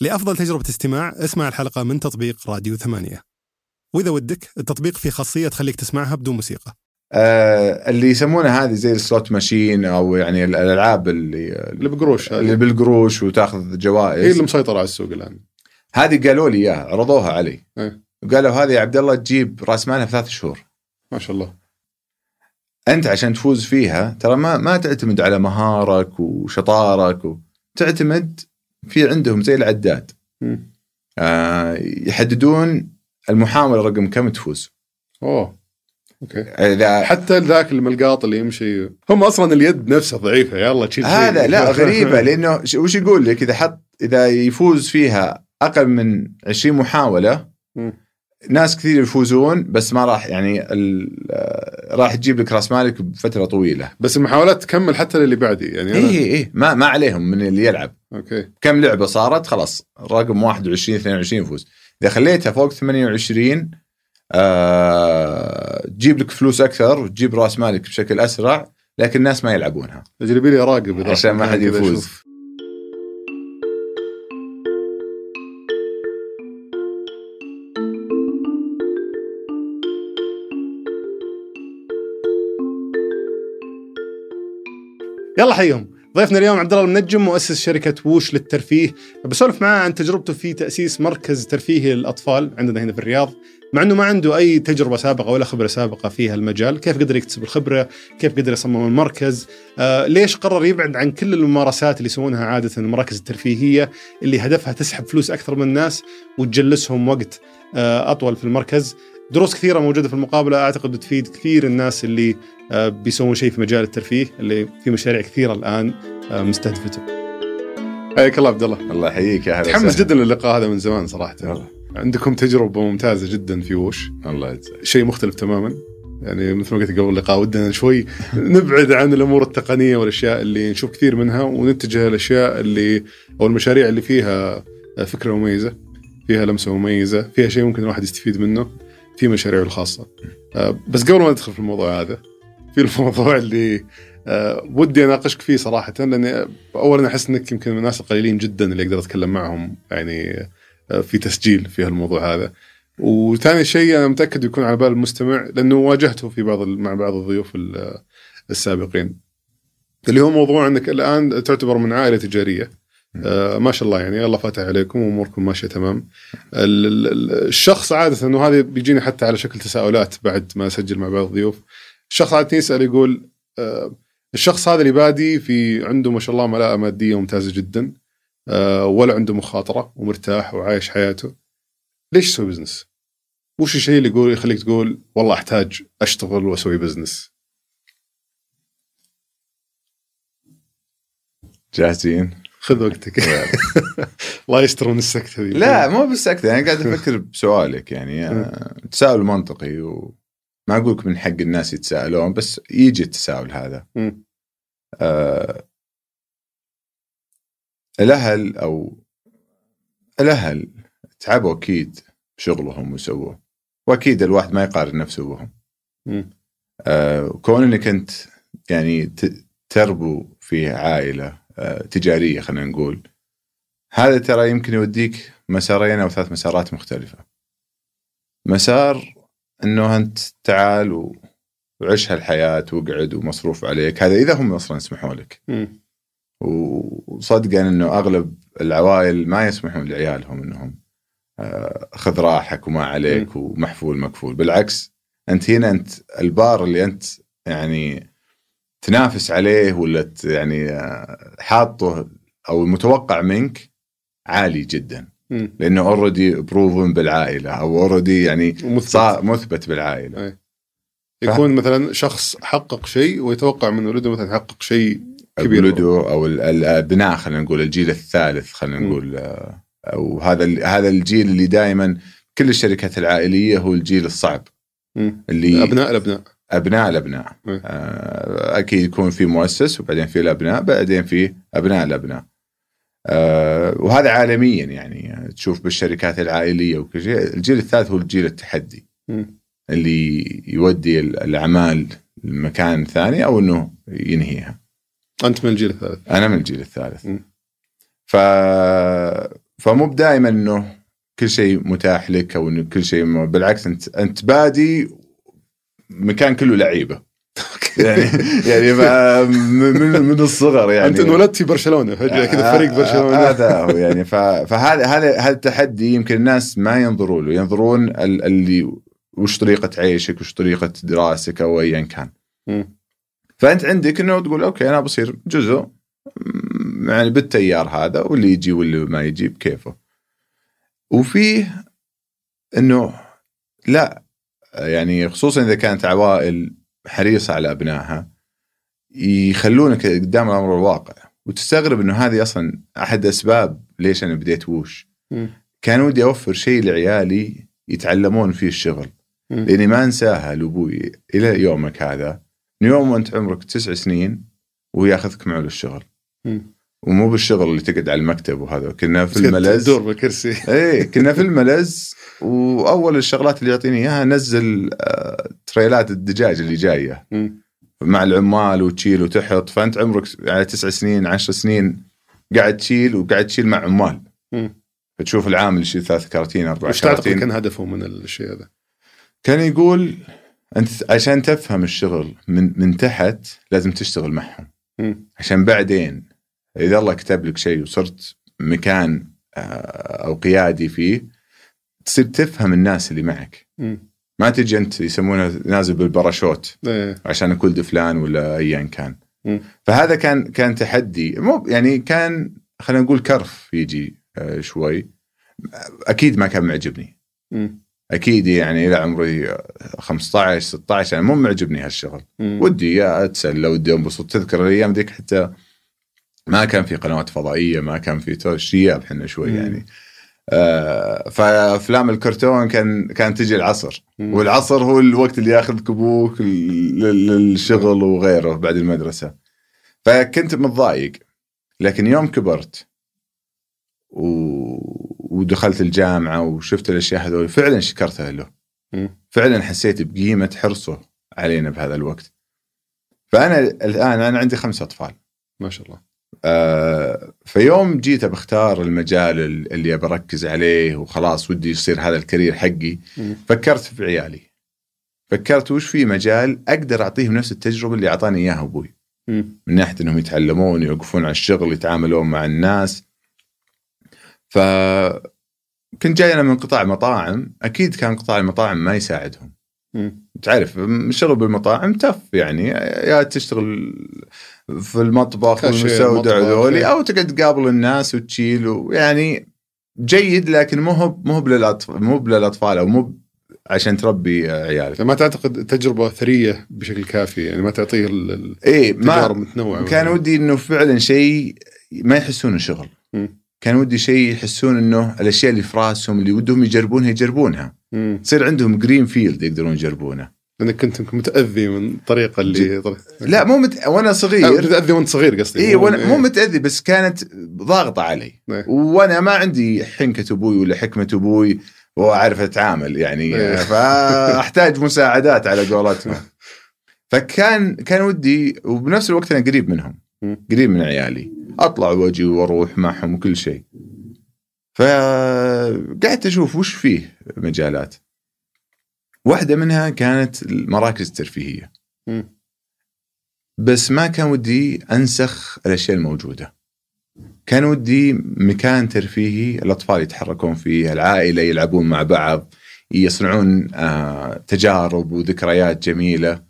لأفضل تجربة استماع اسمع الحلقة من تطبيق راديو 8. وإذا ودك التطبيق فيه خاصية تخليك تسمعها بدون موسيقى. اللي يسمونها هذه زي السلوت ماشين أو يعني الألعاب اللي بقروش، اللي بالقروش وتأخذ جوائز، هي اللي مسيطرة على السوق الآن. هذه قالوا لي إياها، عرضوها علي وقالوا هذه يا عبد الله تجيب رأس مالها في 3 شهور. ما شاء الله. أنت عشان تفوز فيها ترى ما تعتمد على مهارك وشطارك تعتمد في عندهم زي العداد. يحددون المحاولة رقم كم تفوز. أوكي. حتى ذاك الملقاط اللي يمشي، هم أصلا اليد نفسها ضعيفة، يلا تشيل هذا لا غريبة، لأنه وش يقول لك إذا يفوز فيها أقل من 20 محاولة ناس كثير يفوزون، بس ما راح يعني راح تجيب لك راس مالك بفترة طويلة. بس المحاولات تكمل حتى اللي بعدي يعني. إيه ما عليهم من اللي يلعب. أوكي. كم لعبة صارت خلاص رقم 21 22 يفوز. إذا خليتها فوق 28 تجيب لك فلوس أكثر وتجيب راس مالك بشكل أسرع، لكن الناس ما يلعبونها. أجربي لي أراقب عشان ما حد يفوز. يلا حيهم. ضيفنا اليوم عبد الله المنجم، مؤسس شركة ووش للترفيه. بسولف معاه عن تجربته في تأسيس مركز ترفيهي للأطفال عندنا هنا في الرياض، مع أنه ما عنده أي تجربة سابقة ولا خبرة سابقة في هالمجال. كيف قدر يكتسب الخبرة؟ كيف قدر يصمم المركز؟ ليش قرر يبعد عن كل الممارسات اللي يسوونها عادة المراكز الترفيهية اللي هدفها تسحب فلوس أكثر من الناس وتجلسهم وقت أطول في المركز؟ دروس كثيرة موجودة في المقابلة أعتقد بتفيد كثير الناس اللي بيسوون شيء في مجال الترفيه، اللي في مشاريع كثيرة الآن مستهدفته. حياك الله عبد الله. الله يحييك يا هلا. متحمس جدا للقاء هذا من زمان صراحة. عندكم تجربة ممتازة جدا في ووش. الله يجزاك. شيء مختلف تماما يعني. مثل ما قلت قبل اللقاء ودنا شوي نبعد عن الأمور التقنية والأشياء اللي نشوف كثير منها، ونتجه الأشياء اللي أو المشاريع اللي فيها فكرة مميزة، فيها لمسة مميزة، فيها شيء ممكن الواحد يستفيد منه في مشاريعه الخاصة. بس قبل ما ندخل في الموضوع هذا، في الموضوع اللي ودي أناقشك فيه صراحة، لأني أولا أحس أنك يمكن من الناس القليلين جدا اللي أقدر أتكلم معهم يعني في تسجيل في هالموضوع هذا. وثاني شيء أنا متأكد يكون على بال المستمع، لأنه واجهته في مع بعض الضيوف السابقين، اللي هو موضوع أنك الآن تعتبر من عائلة تجارية. ما شاء الله يعني الله فاتح عليكم وأموركم ماشية تمام. الشخص عادة أنه هذا بيجيني حتى على شكل تساؤلات بعد ما أسجل مع بعض الضيوف. الشخص عادة يسأل يقول الشخص هذا اللي بادي في عنده ما شاء الله ملاءة مادية ممتازة جدا، ولا عنده مخاطرة ومرتاح وعايش حياته، ليش يسوي بزنس؟ وش الشيء اللي يقول يخليك تقول والله أحتاج أشتغل وأسوي بزنس؟ جاهزين؟ خذ وقتك. الله يستر من السكتة دي. لا مو بالسكتة، أنا قاعد أفكر بسؤالك يعني. تساؤل منطقي، وما أقولك من حق الناس يتساءلون، بس يجي التساؤل هذا. الأهل تعبوا أكيد بشغلهم وسووا، وأكيد الواحد ما يقارن نفسه بهم. كون أنك أنت يعني تربو في عائلة تجارية خلينا نقول، هذا ترى يمكن يوديك مسارين أو 3 مسارات مختلفة. مسار أنه أنت تعال وعيش هالحياة وقعد ومصروف عليك، هذا إذا هم أصلا يسمحوا لك. وصدقا أنه أغلب العوائل ما يسمحون لعيالهم أنهم خذ راحك وما عليك ومحفول مكفول. بالعكس أنت هنا أنت البار اللي أنت يعني تنافس عليه ولا يعني حاطه أو المتوقع منك عالي جدا، لأنه already proven بالعائلة أو already يعني مثبت بالعائلة. يكون مثلا شخص حقق شيء ويتوقع من ولده مثلا يحقق شيء كبير، ولده أو الأبناء خلينا نقول الجيل الثالث خلينا نقول، أو هذا الجيل اللي دائما كل الشركات العائلية هو الجيل الصعب اللي أبناء الأبناء. أكيد يكون في مؤسس وبعدين في الأبناء بعدين في أبناء الأبناء. وهذا عالميا يعني تشوف بالشركات العائلية وكل شيء الجيل الثالث هو الجيل التحدي اللي يودي الأعمال لمكان ثاني أو أنه ينهيها. أنت من الجيل الثالث؟ أنا من الجيل الثالث. فمو دائما انه كل شيء متاح لك او انه كل شيء، بالعكس انت بادي مكان كله لعيبه يعني من الصغر يعني. انت انولدت في برشلونه فجاه كذا فريق برشلونه. هذا هو يعني. فهذا التحدي يمكن الناس ما ينظروا له، ينظرون اللي وش طريقه عيشك وش طريقه دراستك او ايا كان. فانت عندك انه تقول اوكي انا بصير جزء يعني بالتيار هذا، واللي يجي واللي ما يجي بكيفه. وفيه انه لا يعني خصوصا اذا كانت عوائل حريصه على ابنائها يخلونك قدام الامر الواقع، وتستغرب انه هذه اصلا احد اسباب ليش انا بديت ووش. كان ودي اوفر شيء لعيالي يتعلمون فيه الشغل، لاني ما انساها لابوي الى يومك هذا، من يوم وانت عمرك 9 سنين وياخذك معه للشغل، ومو بالشغل اللي تقعد على المكتب وهذا. كنا في الملز دور بالكرسي. ايه كنا في الملز، واول الشغلات اللي يعطيني اياها نزل تريلات الدجاج اللي جايه مع العمال وتشيل وتحط. فانت عمرك على 9 سنين 10 سنين قاعد تشيل وقاعد تشيل مع عمال. فتشوف العامل يشيل 3 كراتين 4 كراتين. وش تعتقد كان هدفه من الشيء هذا؟ كان يقول انت عشان تفهم الشغل من تحت لازم تشتغل معهم، عشان بعدين إذا الله كتب لك شيء وصرت مكان أو قيادي فيه تصير تفهم الناس اللي معك. ما تجي أنت يسمونها نازل بالباراشوت عشان أكل دفلان ولا أيا كان. فهذا كان تحدي، مو يعني كان خلينا نقول كرف يجي شوي. أكيد ما كان معجبني، أكيد يعني إلى عمري 15 16 يعني مو معجبني هالشغل. ودي أتسلى ودي أنبسط. تذكر الأيام ذيك حتى ما كان في قنوات فضائية، ما كان في شياب حنا شوي يعني. فأفلام الكرتون كان تجي العصر، والعصر هو الوقت اللي ياخذ كبوك للشغل وغيره بعد المدرسة. فكنت متضايق. لكن يوم كبرت ودخلت الجامعة وشفت الأشياء هذول فعلا شكرتها له. فعلا حسيت بقيمة حرصه علينا بهذا الوقت. فأنا الآن أنا عندي 5 أطفال ما شاء الله. فيوم جيت بختار المجال اللي بركز عليه وخلاص ودي يصير هذا الكارير حقي، فكرت في عيالي. فكرت وش في مجال أقدر أعطيهم نفس التجربة اللي أعطاني إياها أبوي، من ناحية أنهم يتعلمون يوقفون على الشغل يتعاملون مع الناس. فكنت جاي أنا من قطاع مطاعم، أكيد كان قطاع المطاعم ما يساعدهم. تعرف الشغل بالمطاعم تف يعني، يا تشتغل في المطبخ والمسودع ذولي أو تقعد تقابل الناس وتشيل يعني جيد، لكن مو للأطفال أو مو عشان تربي عيالك. فما تعتقد تجربة ثرية بشكل كافي يعني، ما تعطيه التجارب متنوعة. كان ودي إنه فعلا شيء ما يحسونه شغل. كان ودي شيء يحسون إنه الأشياء اللي في راسهم اللي ودهم يجربونها تصير عندهم جرين فيلد يقدرون يجربونها. أنا كنت متأذي من الطريقة اللي لا مو وأنا صغير. متأذي وأنت صغير قصدي. إيه مو متأذي، بس كانت ضاغطة علي. وأنا ما عندي حنكة أبوي ولا حكمة أبوي وأعرف أتعامل يعني. فأحتاج مساعدات على قولتهم. فكان ودي، وبنفس الوقت أنا قريب منهم، قريب من عيالي، أطلع وأجي وأروح معهم وكل شيء. فقعدت أشوف وش فيه مجالات. واحدة منها كانت المراكز الترفيهية، بس ما كان ودي أنسخ الأشياء الموجودة. كان ودي مكان ترفيهي الأطفال يتحركون فيه، العائلة يلعبون مع بعض، يصنعون تجارب وذكريات جميلة،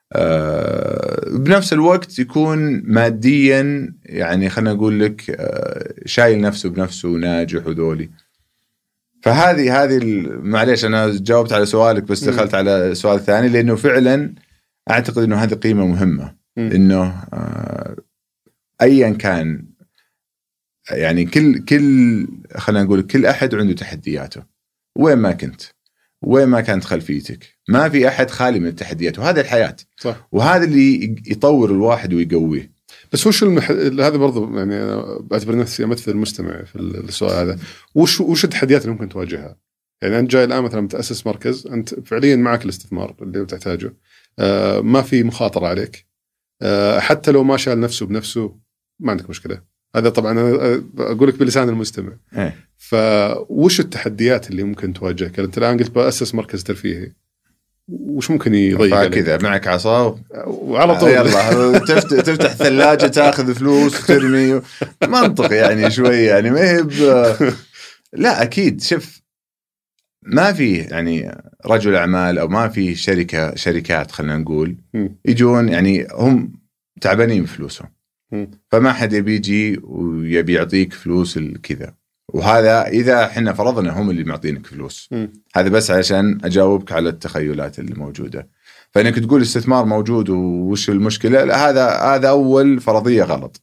بنفس الوقت يكون ماديا يعني خلنا نقول لك شايل نفسه بنفسه وناجح وذولي. فهذه معليش أنا جاوبت على سؤالك بس دخلت على سؤال ثاني، لأنه فعلا أعتقد أنه هذه قيمة مهمة. إنه أيا كان يعني كل خلنا نقول كل أحد عنده تحدياته، وين ما كانت خلفيتك، ما في أحد خالي من التحديات، وهذا الحياة صح. وهذا اللي يطور الواحد ويقويه. بس وش هذا برضو يعني أنا بعتبر نفسي أمثل المستمع في السؤال هذا. وش التحديات اللي ممكن تواجهها؟ يعني أنت جاي الآن مثلا متأسس مركز، أنت فعليا معك الاستثمار اللي تحتاجه، ما في مخاطرة عليك، حتى لو ما شال نفسه بنفسه ما عندك مشكلة، هذا طبعا أنا أقول لك بلسان المستمع. فوش التحديات اللي ممكن تواجهك؟ أنت الآن قلت بأسس مركز ترفيهي، وش ممكن يضيق عليك؟ كذا معك عصا وعلى طول يلا تفتح ثلاجة تاخذ فلوس وترمي منطق يعني شوي يعني ما هي لا أكيد. شوف ما في يعني رجل أعمال أو ما في شركات خلينا نقول يجون يعني هم تعبانين بفلوسهم، فما حد يبيجي ويبي يعطيك فلوس الكذا. وهذا إذا إحنا فرضنا هم اللي معطينك فلوس. هذا بس عشان أجاوبك على التخيلات اللي موجودة. فإنك تقول استثمار موجود وش المشكلة، لا هذا أول فرضية غلط.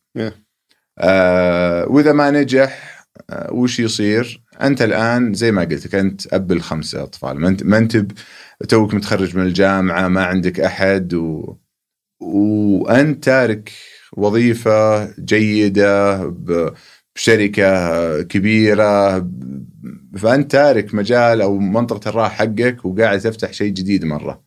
وإذا ما نجح وش يصير؟ أنت الآن زي ما قلت أنت أب 5 أطفال، ما أنت توك متخرج من الجامعة، ما عندك أحد وأنت تارك وظيفة جيدة بشركة كبيرة، فأنت تارك مجال أو منطقة الراحة حقك وقاعد تفتح شيء جديد مرة.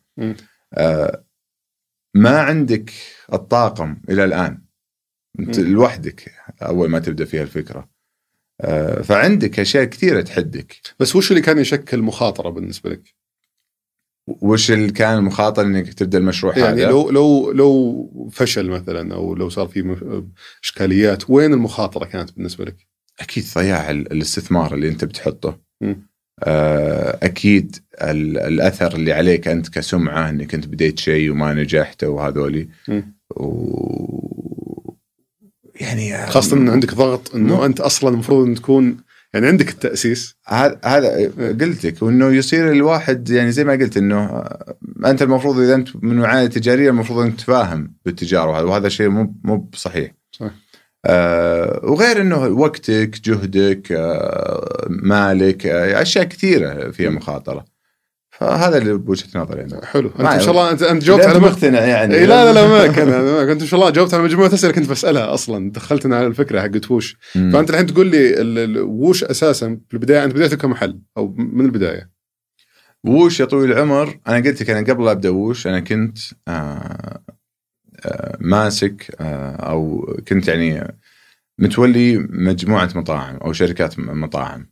ما عندك الطاقم إلى الآن، أنت لوحدك أول ما تبدأ فيها الفكرة. فعندك أشياء كثيرة تحدك. بس وش اللي كان يشكل مخاطرة بالنسبة لك؟ وش اللي كان المخاطر إنك تبدأ المشروع يعني هذا؟ لو فشل مثلا أو لو صار في إشكاليات، وين المخاطرة كانت بالنسبة لك؟ أكيد ضياع الاستثمار اللي أنت بتحطه. أكيد الأثر اللي عليك أنت كسمعة إنك أنت بديت شيء وما نجحت وهذولي يعني خاصة إن عندك ضغط إنه أنت أصلا المفروض أن تكون يعني عندك التأسيس. هذا قلتك، وإنه يصير الواحد يعني زي ما قلت إنه أنت المفروض إذا أنت من وعاء تجارية المفروض أن تفاهم بالتجارة، وهذا شيء مو صحيح. صح. وغير إنه وقتك، جهدك، مالك، أشياء كثيرة فيها مخاطرة. فهذا اللي بوجهة نظري أنا. حلو. أنت إن شاء الله أنت جاوبت على مقتنع يعني. لا ما كنت إن شاء الله جاوبت على مجموعة أسئلة كنت بسألها أصلا، دخلتنا على الفكرة حقت وش. فأنت الحين تقول لي وش أساسا في البداية أنت بديت كمحل أو من البداية؟ وش يا طويل العمر، أنا قلت لك أنا قبل أبدأ وش أنا كنت ماسك أو كنت يعني متولي مجموعة مطاعم أو شركات مطاعم.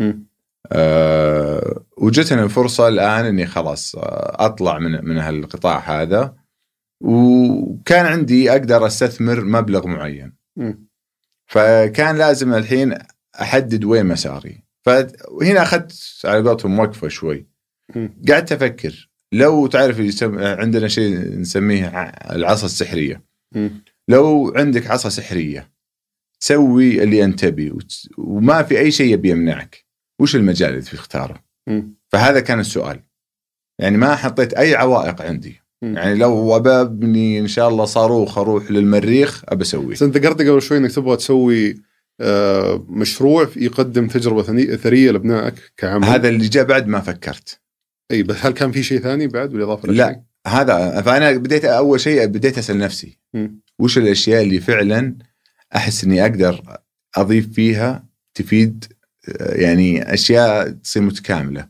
وجتني الفرصة الآن إني خلاص أطلع من هالقطاع هذا، وكان عندي أقدر أستثمر مبلغ معين. فكان لازم الحين أحدد وين مساري. فهنا أخذت على قولتهم وقفة شوي. قعدت أفكر، لو تعرف عندنا شيء نسميه العصا السحرية. لو عندك عصا سحرية تسوي اللي أنت تبي وما في أي شيء يبي يمنعك، وش المجال اللي تختاره؟ فهذا كان السؤال. يعني ما حطيت أي عوائق عندي. يعني لو أبني إن شاء الله صاروخ أروح للمريخ أبى أسوي. أنت قررت قبل شوي إنك تبغى تسوي مشروع يقدم تجربة ثرية لأبنائك كعمل. هذا اللي جاء بعد ما فكرت. أي بس هل كان في شيء ثاني بعد بالإضافة لشيء؟ لا هذا. فأنا بديت أول شيء بديت أسأل نفسي وش الأشياء اللي فعلا أحس إني أقدر أضيف فيها تفيد، يعني أشياء تصير متكاملة.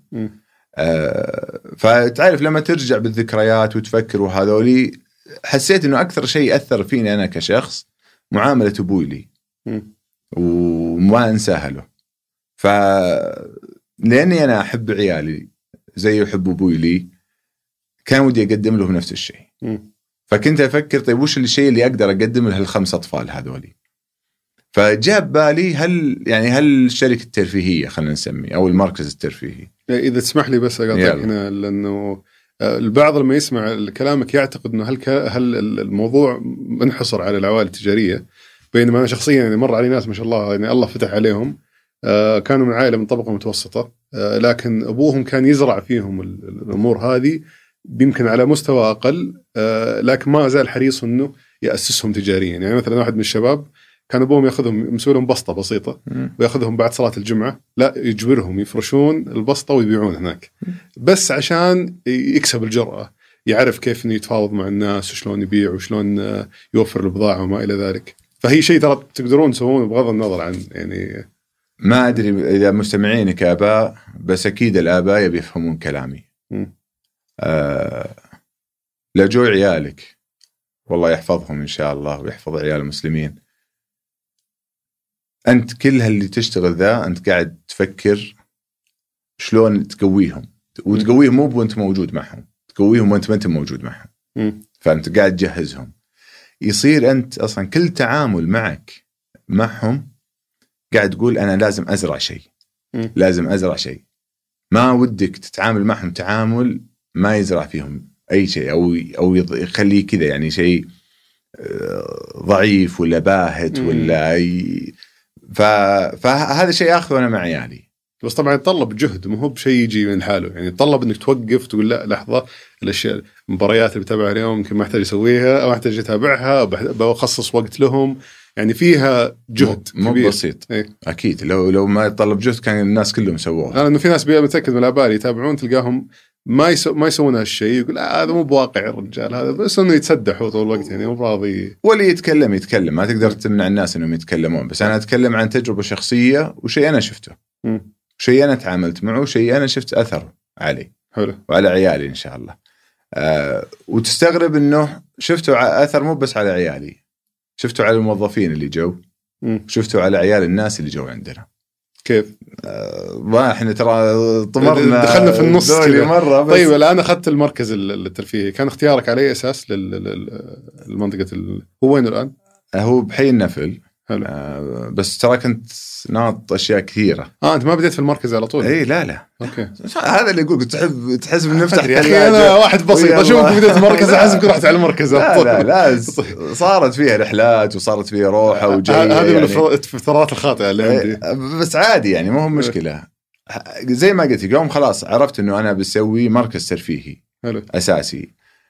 فتعرف لما ترجع بالذكريات وتفكر وهذولي، حسيت إنه أكثر شيء أثر فيني أنا كشخص معاملة أبوي لي وما أنساها له. لأني أنا أحب عيالي زي يحب أبوي لي، كان ودي أقدم له نفس الشيء. فكنت أفكر طيب وش الشيء اللي أقدر أقدم له ال5 أطفال هذولي. فجاب بالي هل الشركة الترفيهية خلينا نسمي أو المركز الترفيهي. إذا تسمح لي بس أقاطعك هنا، لأنه البعض لما يسمع كلامك يعتقد إنه هل الموضوع منحصر على العوائل التجارية، بينما أنا شخصيا يعني مر علي ناس ما شاء الله يعني الله فتح عليهم كانوا من عائلة من طبقة متوسطة، لكن أبوهم كان يزرع فيهم الأمور هذه يمكن على مستوى أقل، لكن ما زال حريص إنه يأسسهم تجاريا. يعني مثلا واحد من الشباب كان أبوهم يأخذهم يمسولهم بسطة بسيطة ويأخذهم بعد صلاة الجمعة، لا يجبرهم يفرشون البسطة ويبيعون هناك بس عشان يكسب الجرأة، يعرف كيف إنه يتفاوض مع الناس وشلون يبيع وشلون يوفر البضاعة وما إلى ذلك. فهي شيء ترى تقدرون تسوونه بغض النظر عن يعني ما أدري إذا مستمعين كآباء، بس أكيد الآباء يبي يفهمون كلامي. لا جوع عيالك والله يحفظهم إن شاء الله ويحفظ عيال المسلمين. أنت كل اللي تشتغل ذا أنت قاعد تفكر شلون تقويهم، وتقويهم مو وأنت موجود معهم، تقويهم وأنت ما أنت موجود معهم. فأنت قاعد تجهزهم. يصير أنت أصلا كل تعامل معهم قاعد تقول أنا لازم أزرع شيء، لازم أزرع شيء. ما ودك تتعامل معهم تعامل ما يزرع فيهم أي شيء أو يخليه كذا يعني شيء ضعيف ولا باهت ولا أي. فهذا شيء أخذه أنا مع عيالي. بس طبعا يتطلب جهد، مو هو بشيء يجي من حاله، يعني يتطلب انك توقف تقول لا لحظه، الاشياء المباريات اللي بتابعها اليوم يمكن ما احتاج اسويها او احتاج اتابعها، بخصص وقت لهم، يعني فيها جهد مو بسيط. إيه؟ اكيد لو ما يتطلب جهد كان الناس كلهم سووها. لانه في ناس متاكد من الاباء يتابعون تلقاهم ما يسوون هالشيء، يقول هذا مو بواقع الرجال هذا، بس انه يتسدحوا طول الوقت يعني مو راضي. واللي يتكلم ما تقدر تمنع الناس انهم يتكلمون، بس انا اتكلم عن تجربه شخصيه وشيء انا شفته، شيء أنا تعاملت معه، شيء أنا شفت أثر علي. حلو. وعلى عيالي إن شاء الله. وتستغرب إنه شفته أثر مو بس على عيالي، شفته على الموظفين اللي جو، شفته على عيال الناس اللي جو عندنا. كيف؟ احنا ترى طمرنا دخلنا في النص مرة بس. طيب الآن أخذت المركز الترفيهي، كان اختيارك على أي أساس للمنطقة هو وين الآن؟ هو بحي النفل. بس ترى كنت ناط اشياء كثيره. انت ما بديت في المركز على طول؟ اي لا اوكي. هذا اللي يقولك تحس بنفتح يا اخي انا واحد بسيط اشوفك بديت المركز احسبك رحت على المركز. لا صارت فيها رحلات وصارت فيها روحه وجايه، هذه من الفترات الخاطئه اللي عندي. بس عادي يعني مو مشكله. زي ما قلت يوم خلاص عرفت انه انا بسوي مركز ترفيهي اساسي.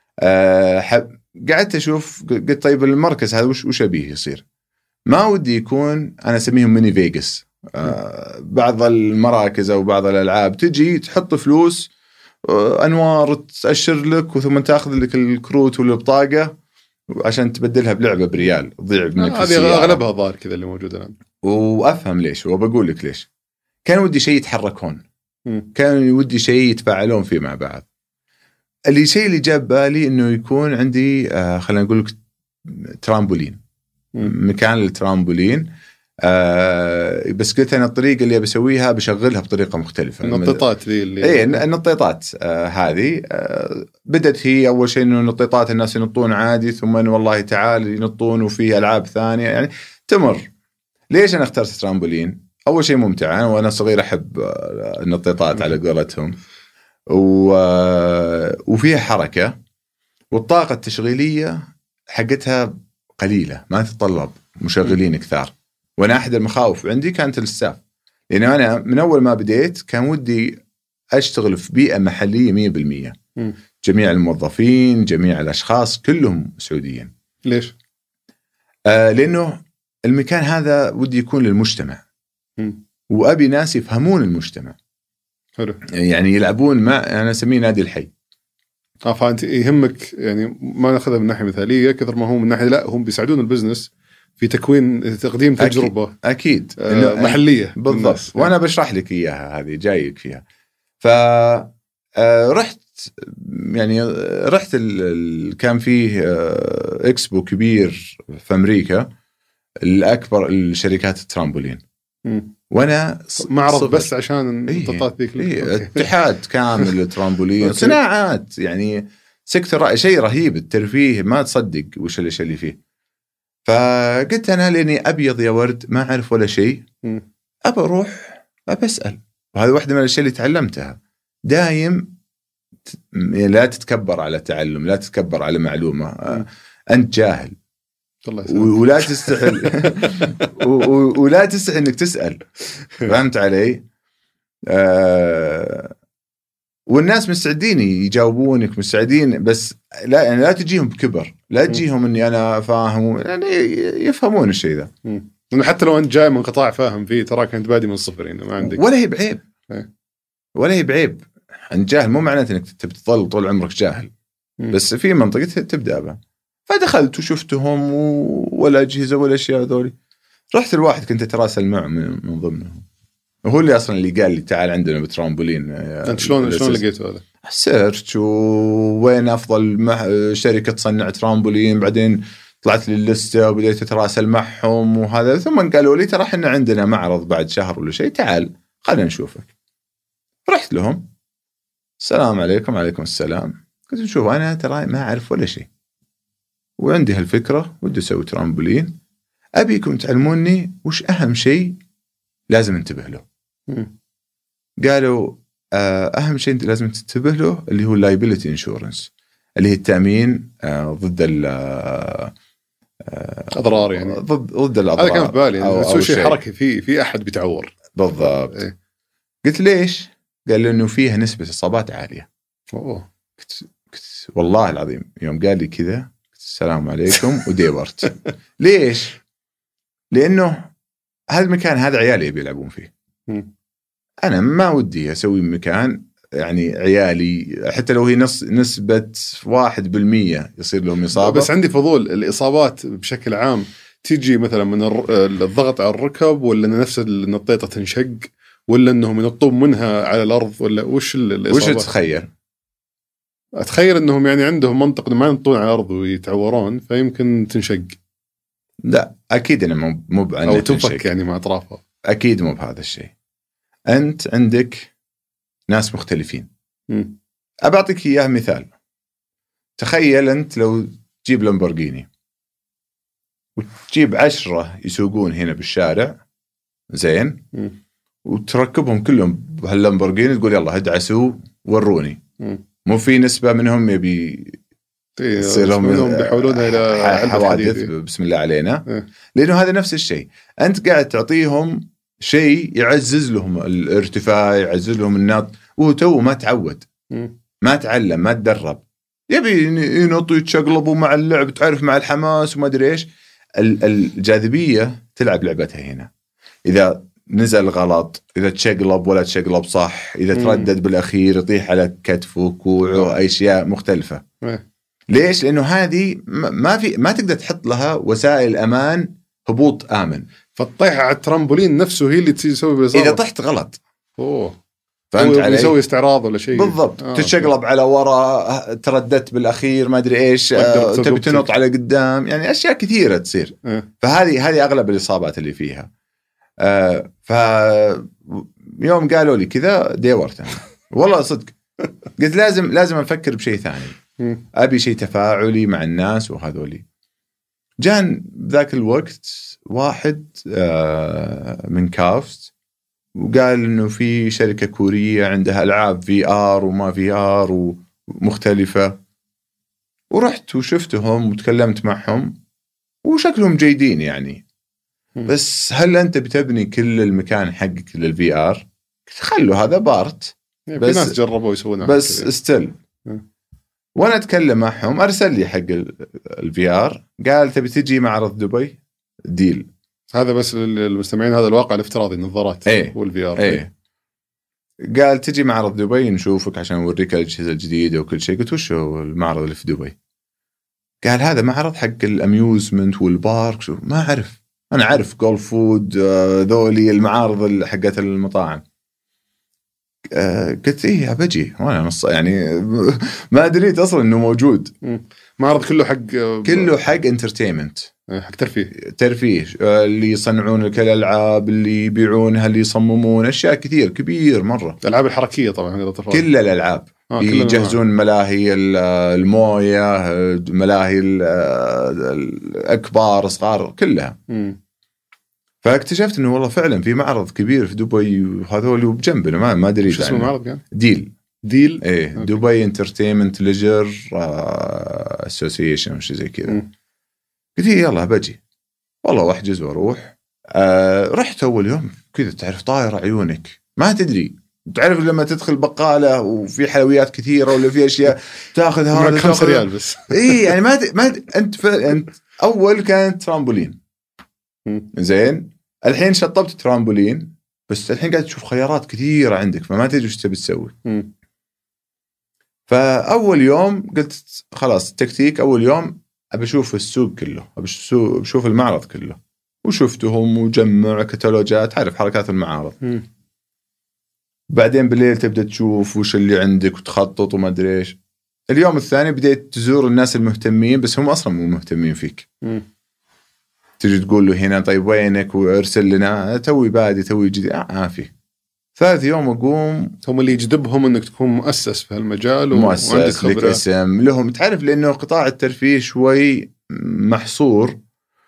قعدت اشوف قلت طيب المركز هذا وش ابيه يصير؟ ما ودي يكون أنا أسميهم ميني فيغاس. بعض المراكز أو بعض الألعاب تجي تحط فلوس، أنوار تأشر لك وثم تأخذ لك الكروت والبطاقة عشان تبدلها بلعبة بريال تضيع منك. هذه أغلبها ظاهر كذا اللي موجودة الآن. وأفهم ليش وبقول لك ليش. كان ودي شيء يتحركون، كان ودي شيء يتفاعلون فيه مع بعض. الشيء اللي جاب بالي إنه يكون عندي خلينا نقول لك ترامبولين، مكان الترامبولين. بس قلت أنا الطريقة اللي بسويها بشغلها بطريقة مختلفة. النطيطات ذي اللي إيه النطيطات هذه بدت هي أول شيء إنه نطيطات الناس ينطون عادي، ثم إنه والله تعال ينطون وفيه ألعاب ثانية يعني تمر. ليش أنا اخترت ترامبولين؟ أول شيء ممتعة، وأنا صغير أحب النطيطات على قولتهم، وفيها حركة، والطاقة التشغيلية حقتها قليلة ما تتطلب مشغلين كثار. وأنا أحد المخاوف عندي كانت الستاف، لأن أنا من أول ما بديت كان ودي أشتغل في بيئة محلية 100%. جميع الموظفين جميع الأشخاص كلهم سعوديين. ليش؟ لأنه المكان هذا ودي يكون للمجتمع، وأبي ناس يفهمون المجتمع. حلو. يعني يلعبون مع أنا أسميه نادي الحي. فأنت يهمك يعني ما ناخذها من ناحية مثالية كثر ما هو من ناحية لا هم بيساعدون البزنس في تقديم تجربة أكيد محلية بالضبط. وأنا بشرح لك إياها هذه جايك فيها. رحت يعني كان فيه إكسبو كبير في أمريكا الأكبر الشركات الترامبولين، وأنا معرض بس عشان النطاطات ذيك. اتحاد كامل للترامبولين صناعات يعني سيكتور شيء رهيب. الترفيه ما تصدق وش الاشياء اللي فيه. فقلت أنا لأني أبيض يا ورد ما أعرف ولا شيء، أبى أروح أبى أسأل. وهذا واحدة من الأشياء اللي تعلمتها دايم، لا تتكبر على تعلم، لا تتكبر على معلومة. أنت جاهل ولا تستحل ولا تستحي إنك تسأل. فهمت علي؟ والناس مستعدين يجاوبونك، مستعدين، بس لا يعني لا تجيهم بكبر، لا تجيهم إني أنا فاهم، يعني يفهمون الشيء ذا. إنه حتى لو أنت جاي من قطاع فاهم فيه ترى كنت بادي من الصفر، إنه ما عندك ولا هي بعيب ولا هي بعيب. أنت جاهل مو معناته إنك تظل طول عمرك جاهل، بس في منطقة تبدأ بها. فدخلت وشفتهم ولا أجهزة ولا أشياء ذولي. رحت الواحد كنت أتراسل معه من ضمنهم، وهو اللي أصلا اللي قال لي تعال عندنا بترامبولين. أنت شلون لقيته هذا؟ سيرش وين أفضل شركة تصنع ترامبولين، بعدين طلعت لي اللستة وبديت أتراسل معهم وهذا. ثم قالوا لي ترى إحنا عندنا معرض بعد شهر ولا شيء، تعال خلينا نشوفك. رحت لهم، السلام عليكم. وعليكم السلام. قلت شوف أنا ترى ما أعرف ولا شيء وعندي هالفكرة ودي أسوي ترامبولين، أبيكم تعلموني وش أهم شيء لازم انتبه له. قالوا أهم شيء لازم تنتبه له اللي هو liability insurance، اللي هي التأمين ضد أضرار، يعني ضد الأضرار. هذا كان في بالي أو شيء حركي في أحد بيتعور. بالضبط. إيه. قلت ليش؟ قال له إنه فيها نسبة إصابات عالية. والله العظيم يوم قال لي كذا السلام عليكم وديورت. ليش؟ لأنه هذا المكان هذا عيالي بيلعبون فيه. أنا ما ودي أسوي مكان يعني عيالي حتى لو هي نسبة 1% يصير لهم إصابة. بس عندي فضول، الإصابات بشكل عام تيجي مثلا من الضغط على الركب، ولا نفس النطيطة تنشق، ولا أنهم ينطون منها على الأرض، ولا وش الإصابات؟ وش تتخيل؟ أتخيل أنهم يعني عندهم منطقة ما ينطون على الأرض ويتعورون فيمكن تنشق. لا أكيد أنا مو بأنه أو تنفك يعني مع أطرافها. أكيد مو بهذا الشيء. أنت عندك ناس مختلفين. أبعطيك إياه مثال. تخيل أنت لو تجيب لامبورغيني وتجيب 10 يسوقون هنا بالشارع زين، وتركبهم كلهم بهاللامبورغيني تقول يلا ادعسوا وروني. مو في نسبة منهم يبي يصير لهم بيحولونها إلى حوادث بسم الله علينا. لأنه هذا نفس الشيء، أنت قاعد تعطيهم شيء يعزز لهم الارتفاع، يعزز لهم النط، وهو تو ما تعود، ما تعلم، ما تدرب، يبي ينط ويتشقلبوا مع اللعب، تعرف مع الحماس وما أدري إيش. الجاذبية تلعب لعبتها هنا. إذا نزل غلط، إذا تشقلب ولا تشقلب صح، إذا تردد بالأخير يطيح على كتفه وكوعه، أشياء مختلفة. ليش؟ لأنه هذه ما تقدر تحط لها وسائل أمان، هبوط آمن. فالطيحة على الترامبولين نفسه هي اللي تسوي بالإصابة. إذا طحت غلط فهمت علي؟ يسوي استعراض ولا شيء. بالضبط. تتشقلب على وراء، ترددت بالأخير، ما أدري إيش، تبي تنط على قدام، يعني أشياء كثيرة تصير. فهذه أغلب الإصابات اللي فيها. يوم قالوا لي كذا ديورت أنا. والله صدق قلت لازم أفكر بشيء ثاني. أبي شيء تفاعلي مع الناس وهذولي. جان ذاك الوقت واحد من كافست وقال إنه في شركة كورية عندها ألعاب VR وما VR ومختلفة، ورحت وشفتهم وتكلمت معهم وشكلهم جيدين يعني. بس هل أنت بتبني كل المكان حقك للVR؟ خلوا هذا بارت. بس في ناس جربوا يسوونها بس استل. وانا اتكلم معهم، ارسل لي حق الVR قال تبي تجي معرض دبي ديل. هذا بس للمستمعين، هذا الواقع الافتراضي، النظارات والVR. قال تجي معرض دبي نشوفك عشان نوريك الأجهزة الجديدة وكل شيء. قلت وش هو المعرض اللي في دبي؟ قال هذا معرض حق الأميوزمنت والبارك. شو ما أعرف، أنا أعرف جولف فود، ذولي المعارض حقت المطاعم. قلت إيه بجي، وأنا نص يعني ما أدريت أصلا إنه موجود. معرض كله حق انترتينمنت، حق ترفيه. اللي يصنعون الألعاب، اللي يبيعونها، اللي يصممون أشياء كثير كبير مرة. الألعاب الحركية طبعا، كل الألعاب. يجهزون ملاهي الموية، ملاهي الأكبار صغار كلها. فاكتشفت إنه والله فعلا في معرض كبير في دبي، وهذول وبجنبنا ما أدري شو اسمه المعرض يعني؟ ديل إيه، دبي انترتينمنت ليجر اسوسيشن مش زي كذا. قلت يلا بجي والله واحجز واروح. رحت اول يوم كذا تعرف طاير عيونك، ما تدري، تعرف لما تدخل بقالة وفي حلويات كثيرة ولا في اشياء تاخذ هذا 5 ريال بس. اي يعني ما انت اول كانت ترامبولين زين، الحين شطبت ترامبولين، بس الحين قاعد تشوف خيارات كثيرة عندك، فما تدري وش تبي تسوي. فأول يوم قلت خلاص تكتيك، أول يوم أبي أشوف السوق كله، أبي أشوف المعرض كله، وشفتهم وجمع كتالوجات، تعرف حركات المعارض. بعدين بالليل تبدأ تشوف وش اللي عندك وتخطط وما أدري إيش. اليوم الثاني بديت تزور الناس المهتمين بس هم أصلا مو مهتمين فيك. تجي تقول له هنا طيب وينك وارسل لنا توي بادي توي جديد في ثالث يوم أقوم هم اللي يجذبهم أنك تكون مؤسس في هالمجال مؤسس لك اسم لهم تعرف لأنه قطاع الترفيه شوي محصور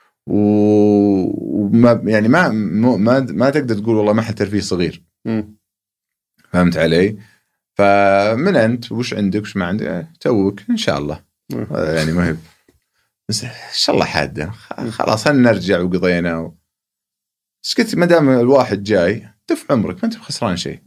وما يعني ما تقدر تقول والله محل ترفيه صغير. فهمت علي؟ فمن أنت وش عندك وش ما عندك توك إن شاء الله يعني ما هي بس إن شاء الله حادة خلاص هنرجع وقضينا سكت ما دام الواحد جاي دفع عمرك ما أنت خسران شيء.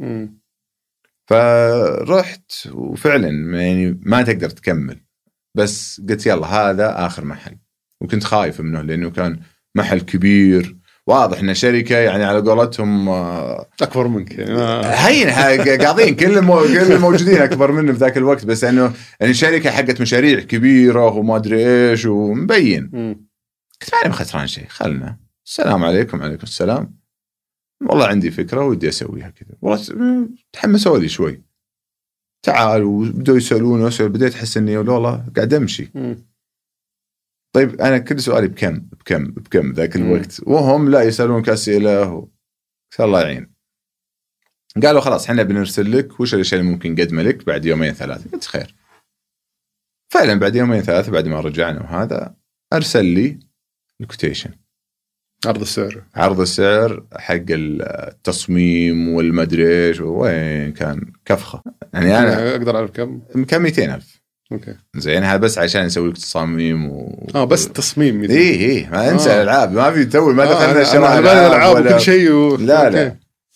فرحت وفعلا يعني ما تقدر تكمل بس قلت يلا هذا آخر محل وكنت خايف منه لأنه كان محل كبير واضح إن شركة يعني على قولتهم أكبر منك يعني هين قاعدين كل الموجودين أكبر منه في ذاك الوقت بس إنه يعني شركة حقت مشاريع كبيرة وما أدري إيش ومبين. كنت ما خسران شيء خلنا السلام عليكم عليكم السلام والله عندي فكرة ودي أسويها كذا والله تحمسوا لي شوي تعالوا بدوا يسألون بديت أحس إني والله قاعد أمشي. طيب أنا كل سؤالي بكم ذاك الوقت وهم لا يسألونك أسئلة الله يعين. قالوا خلاص حنا بنرسل لك وش الأشياء اللي ممكن نقدمها لك بعد 2-3. قلت خير. فعلا بعد 2-3 بعد ما رجعنا وهذا أرسل لي الكوتيشن عرض السعر حق التصميم والمدري ايش وين كان كفخة يعني أنا أقدر أعرف كم 200,000. اوكي زين هذا بس عشان نسوي لك تصاميم بس تصميم ايه ما انسى الالعاب ما في تو ما دخلنا شراء الالعاب وكل شيء لا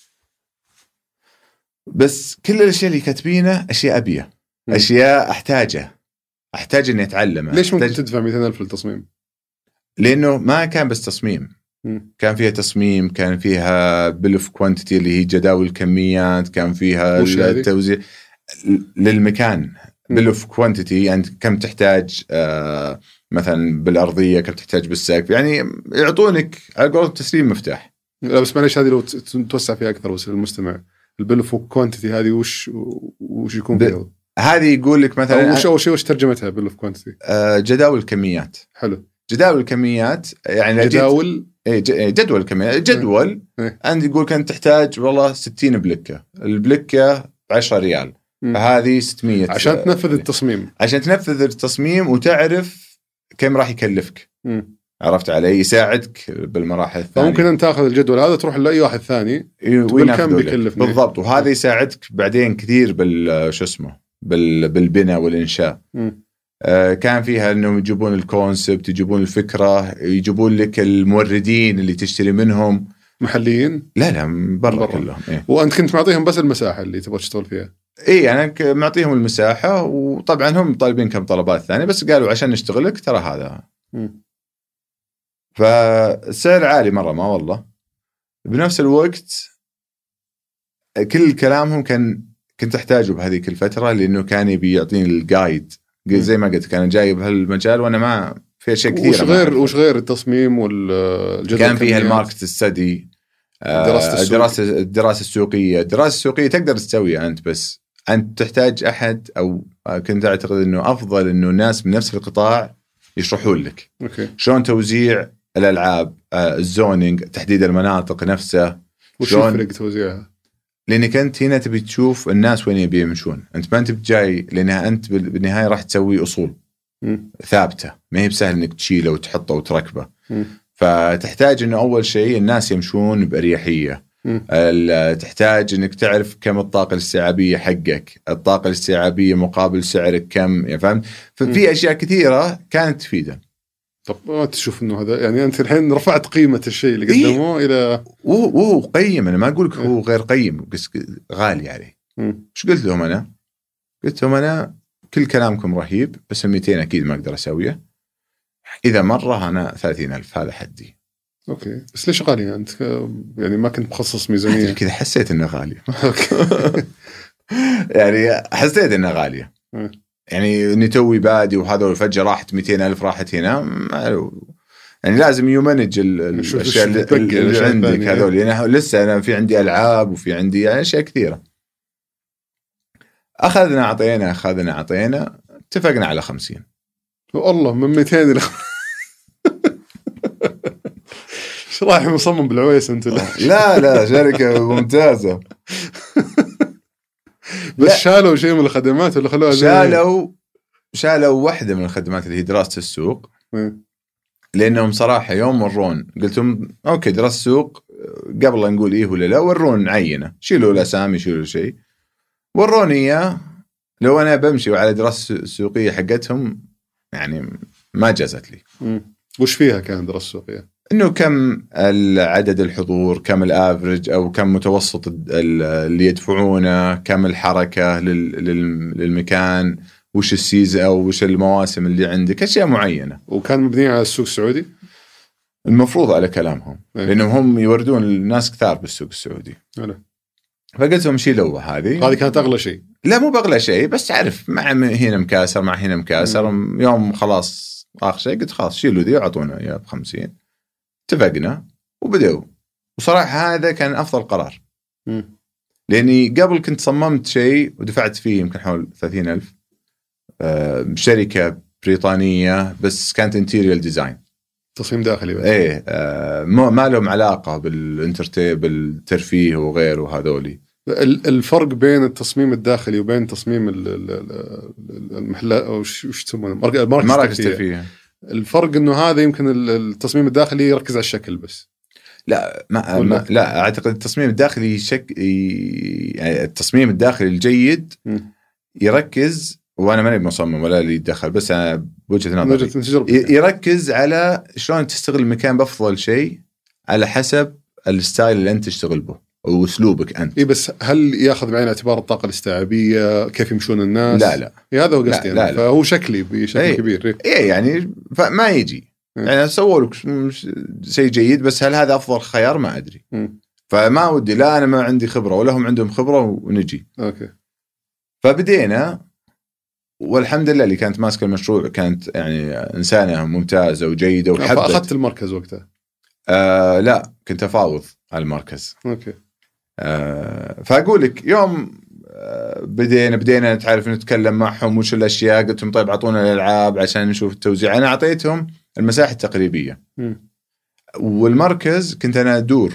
بس كل الاشياء اللي كاتبينه اشياء ابيه اشياء احتاج اني اتعلمها. ليش ممكن تدفع 200,000 للتصميم؟ لانه ما كان بس تصميم كان فيها تصميم كان فيها بلف كوانتيتي اللي هي جداول الكميات كان فيها التوزيع للمكان بلف كوانتيتي يعني كم تحتاج مثلا بالأرضية كم تحتاج بالسقف يعني يعطونك على قولة تسليم مفتاح. لا بس معليش هذه لو توسع فيها أكثر وصل المستمع البلف كوانتيتي هذه وش يكون فيها؟ هذه يقول لك مثلا وش ترجمتها بلف كوانتيتي؟ جداول الكميات. حلو جداول الكميات يعني جدول الكميات جدول عندي يقول كان تحتاج والله 60 البلكة ب10 ريال فهذه 600 عشان تنفذ التصميم وتعرف كم راح يكلفك. عرفت علي يساعدك بالمراحل الثانية. ممكن أن تأخذ الجدول هذا تروح لأي واحد ثاني تقول كم بيكلفني بالضبط وهذا يساعدك بعدين كثير بالبناء والإنشاء. كان فيها أنهم يجيبون الكونسبت يجيبون الفكرة يجيبون لك الموردين اللي تشتري منهم محليين لا برا كلهم وأنت كنت معطيهم بس المساحة اللي تبغى تشتغل فيها. أنا معطيهم المساحة وطبعا هم طالبين كم طلبات ثانية بس قالوا عشان نشتغلك ترى هذا فالسعر عالي مرة ما والله. بنفس الوقت كل كلامهم كنت أحتاجه بهذيك الفترة لأنه كان يبي يعطيني الجايد زي ما قلت كان جاي بهالمجال وأنا ما في شيء كثير. وش غير التصميم والجدول كان فيها الماركت ستدي الدراسة السوقية تقدر تسويها أنت بس أنت تحتاج أحد أو كنت أعتقد أنه أفضل أنه الناس من نفس القطاع يشرحون لك شلون توزيع الألعاب الزونينج تحديد المناطق نفسها وش يفرق توزيعها لأنك أنت هنا تبي تشوف الناس وين يبي يمشون. أنت ما أنت بجاي لأنها أنت بالنهاية راح تسوي أصول ثابتة ما هي بسهل إنك تشيله وتحطه وتركبه. فتحتاج إنه أول شيء الناس يمشون بأريحية. تحتاج إنك تعرف كم الطاقة الاستيعابية حقك الطاقة الاستيعابية مقابل سعرك كم يعني فهمت. ففي أشياء كثيرة كانت تفيده. طب ما تشوف إنه هذا يعني أنت الحين رفعت قيمة الشيء اللي قدموه إلى وهو قيم. أنا ما أقولك هو غير قيم بس غالي عليه. شو قلت لهم أنا؟ قلت لهم أنا كل كلامكم رهيب بس 200 أكيد ما أقدر أسويه. إذا مرة أنا 30,000 هذا حدي. أوكي بس ليش غالي أنت يعني ما كنت مخصص ميزانية؟ كذا حسيت إنه غالي. يعني حسيت إنه غالية. يعني إني توي بادي وهذا فجأة راحت 200,000 راحت هنا يعني لازم يمانج الأشياء اللي عندك هذول يعني لسه أنا في عندي ألعاب وفي عندي أشياء كثيرة. أخذنا عطينا اتفقنا على 50. والله من 200 إلى ايش رايح مصمم بالعويس انت؟ لا شركة ممتازة. بس شالوا شيء من الخدمات ولا خلوها؟ شالوا واحدة من الخدمات اللي هي دراسة السوق. لأنهم صراحة يوم ورون قلتهم أوكي دراسة السوق قبل لا نقول إيه ولا لا، ورون عينة، شيلوا الأسامي شيلوا شيء، وروني إياه. لو أنا بمشي على دراسة السوقية حقتهم يعني ما جازت لي. وش فيها كان دراسة السوقية؟ إنه كم العدد الحضور، كم الافرج أو كم متوسط اللي يدفعونه، كم الحركة للمكان، وش السيزة أو وش المواسم اللي عندك، أشياء معينة. وكان مبني على السوق السعودي المفروض على كلامهم لأنهم هم يوردون الناس كثار بالسوق السعودي. فقلت لهم شيلوا هذه كانت أغلى شيء. لا مو بأغلى شيء، بس تعرف مع هنا مكاسر مع هنا مكاسر. يوم خلاص آخر شيء قلت خلاص شيلوا ذي وعطونا يا ب50. اتفقنا وبدأوا. وصراحة هذا كان أفضل قرار. لأني قبل كنت صممت شيء ودفعت فيه يمكن حول 30,000 بشركة بريطانية، بس كانت انتيريال ديزاين، تصميم داخلي بس. ايه ما لهم علاقة بالترفيه وغيره وهذولي. الفرق بين التصميم الداخلي وبين تصميم المحلات او وش يسمونه مراكز ترفيه، الفرق انه هذا يمكن التصميم الداخلي يركز على الشكل بس. لا لا اعتقد التصميم الداخلي يعني التصميم الداخلي الجيد يركز، وانا ماني مصمم ولا اللي يتدخل، بس انا بوجهة نظري يركز على شلون تستغل المكان بافضل شيء على حسب الستايل اللي انت تشتغل به واسلوبك انت. بس هل ياخذ بعين الاعتبار الطاقه الاستيعابيه، كيف يمشون الناس؟ لا هذا هو قصدي. لا. فهو شكلي بشكل كبير يعني فما يجي يعني سووا لك شيء جيد، بس هل هذا افضل خيار ما ادري. فما ودي، لا انا ما عندي خبره ولا هم عندهم خبره ونجي. اوكي. فبدينا، والحمد لله اللي كانت ماسكه المشروع كانت يعني انسانه ممتازه وجيده وحبت. اخذت المركز وقتها؟ لا كنت افاوض على المركز. اوكي. فاقول لك يوم بدينا تعرف نتكلم معهم وش الاشياء، قلت لهم طيب اعطونا الالعاب عشان نشوف التوزيع. انا اعطيتهم المساحه التقريبيه والمركز كنت انا ادور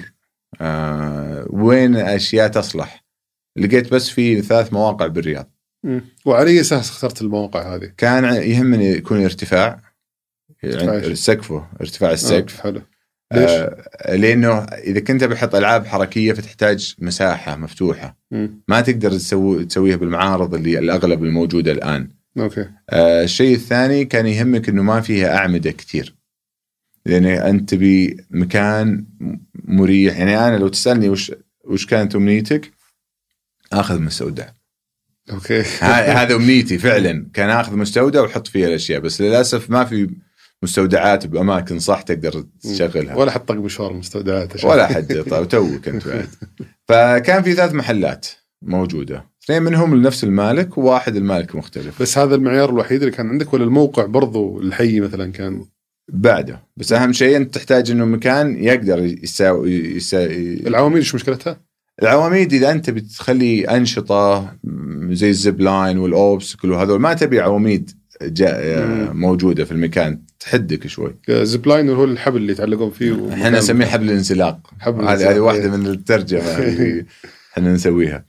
وين اشياء تصلح. لقيت بس في 3 مواقع بالرياض. وعلى اساس اخترت المواقع هذه؟ كان يهمني يكون ارتفاع، يعني سقفه ارتفاع السقف. حلو. ليش؟ لانه اذا كنت بحط العاب حركيه فتحتاج مساحه مفتوحه. ما تقدر تسويها بالمعارض اللي الاغلب الموجوده الان. اوكي. الشيء الثاني كان يهمك انه ما فيها اعمده كثير، لان انت بمكان مريح. يعني انا لو تسالني وش كانت امنيتك، اخذ مستودع. اوكي. هذا امنيتي فعلا، كان اخذ مستودع وحط فيها الاشياء، بس للاسف ما في مستودعات باماكن صح تقدر تشغلها، ولا حطك مشوار مستودعات ولا حد. طيب توك انت بعد. فكان في 3 محلات موجوده، 2 منهم لنفس المالك وواحد المالك مختلف. بس هذا المعيار الوحيد اللي كان عندك، ولا الموقع برضو الحي مثلا كان بعده؟ بس اهم شيء انت تحتاج انه مكان يقدر يساوي. العواميد ايش مشكلتها؟ العواميد اذا انت بتخلي انشطه زي الزب لاين والاوبسكل وهذول، ما تبي عواميد موجوده في المكان تحدك شوي. الزب لاين هو الحبل اللي يتعلقون فيه، احنا نسميه حبل الانزلاق. هذه واحده من الترجمه اللي احنا نسويها.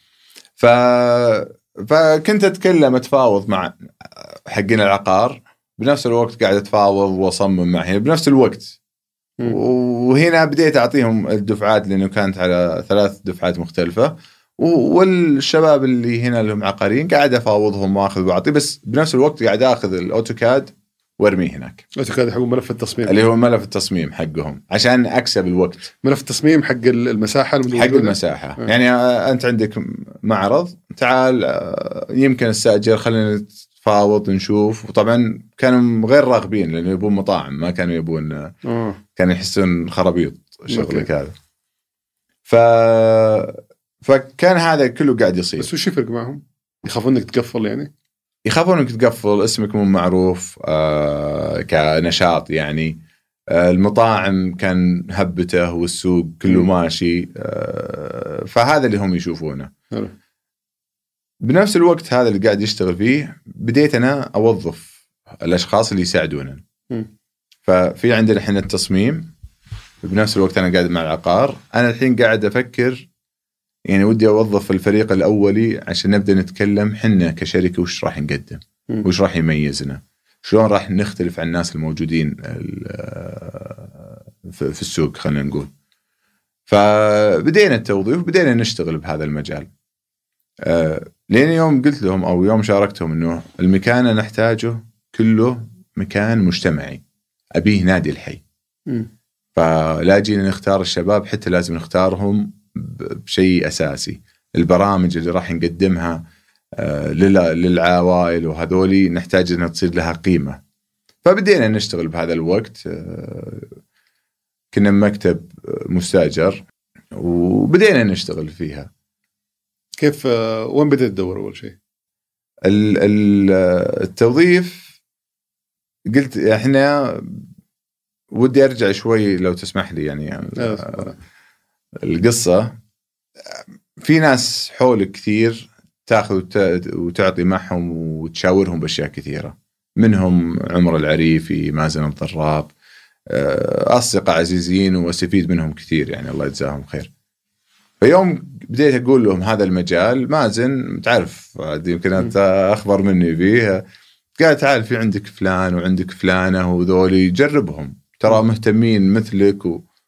فكنت اتفاوض مع حقين العقار، بنفس الوقت قاعد اتفاوض واصمم معهم بنفس الوقت. وهنا بديت اعطيهم الدفعات، لانه كانت على 3 دفعات مختلفه، والشباب اللي هنا لهم عقاريين قاعد افاوضهم واخذ واعطي، بس بنفس الوقت قاعد اخذ الاوتوكاد وارميه هناك. الاوتوكاد حق ملف التصميم، اللي هو ملف التصميم حقهم، عشان اكسب الوقت. ملف التصميم حق المساحه حق المساحه. يعني انت عندك معرض، تعال يمكن استاجر، خلينا نتفاوض نشوف. وطبعا كانوا غير راغبين لانه يبون مطاعم، ما كانوا يبون كانوا يحسون خرابيط شغلك هذا. فكان هذا كله قاعد يصير. بس وش يفرق معهم؟ يخافون انك تقفل؟ يعني يخافون انك تقفل، اسمك مو معروف كنشاط. يعني المطاعم كان هبته والسوق كله ماشي، فهذا اللي هم يشوفونه. بنفس الوقت هذا اللي قاعد يشتغل فيه بديت أنا أوظف الأشخاص اللي يساعدونا. ففي عندنا إحنا التصميم، بنفس الوقت أنا قاعد مع العقار. أنا الحين قاعد أفكر يعني ودي أوظف الفريق الأولي عشان نبدأ نتكلم حنا كشركة وش راح نقدم، وش راح يميزنا، شلون راح نختلف عن الناس الموجودين في السوق خلينا نقول. فبدينا التوظيف وبدينا نشتغل بهذا المجال. لين يوم قلت لهم أو يوم شاركتهم إنه المكان أنا نحتاجه كله مكان مجتمعي، أبيه نادي الحي. فلا جينا نختار الشباب، حتى لازم نختارهم بشيء أساسي. البرامج اللي راح نقدمها للعوائل وهذولي نحتاج أنها تصير لها قيمة. فبدينا نشتغل بهذا الوقت. كنا مكتب مستأجر وبدينا نشتغل فيها. كيف وين بدأت تدور أول شيء؟ التوظيف قلت إحنا ودي أرجع شوي لو تسمح لي يعني القصة. في ناس حولك كثير تاخذ وتعطي معهم وتشاورهم بأشياء كثيرة، منهم عمر العريفي، مازن الضراب، أصدقاء عزيزين واستفيد منهم كثير يعني الله يجزاهم خير. فيوم بديت أقول لهم هذا المجال، مازن تعرف يمكن أنت أخبر مني فيه، قال تعال في عندك فلان وعندك فلانة وذولي جربهم ترى مهتمين مثلك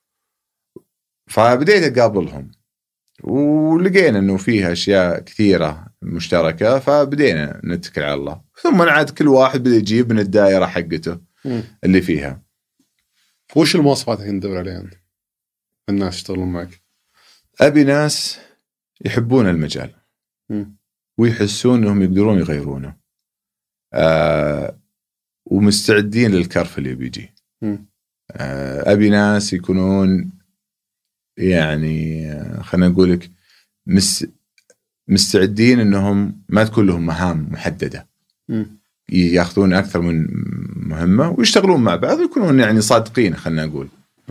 فبديت أقابلهم ولقينا أنه فيها أشياء كثيرة مشتركة، فبدينا نتكل على الله. ثم عاد كل واحد بدأ يجيب من الدائرة حقته اللي فيها. وش المواصفات اللي ندور عليها الناس يشتغلون معك؟ أبي ناس يحبون المجال ويحسون أنهم يقدرون يغيرونه، ومستعدين للكرف اللي بيجي. أبي ناس يكونون يعني خلينا نقولك مستعدين أنهم ما تكون لهم مهام محددة، يأخذون أكثر من مهمة ويشتغلون مع بعض ويكونون يعني صادقين خلينا نقول.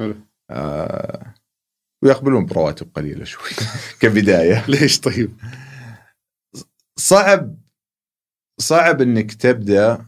ويقبلون برواتب قليلة شوي كبداية. ليش طيب؟ صعب أنك تبدأ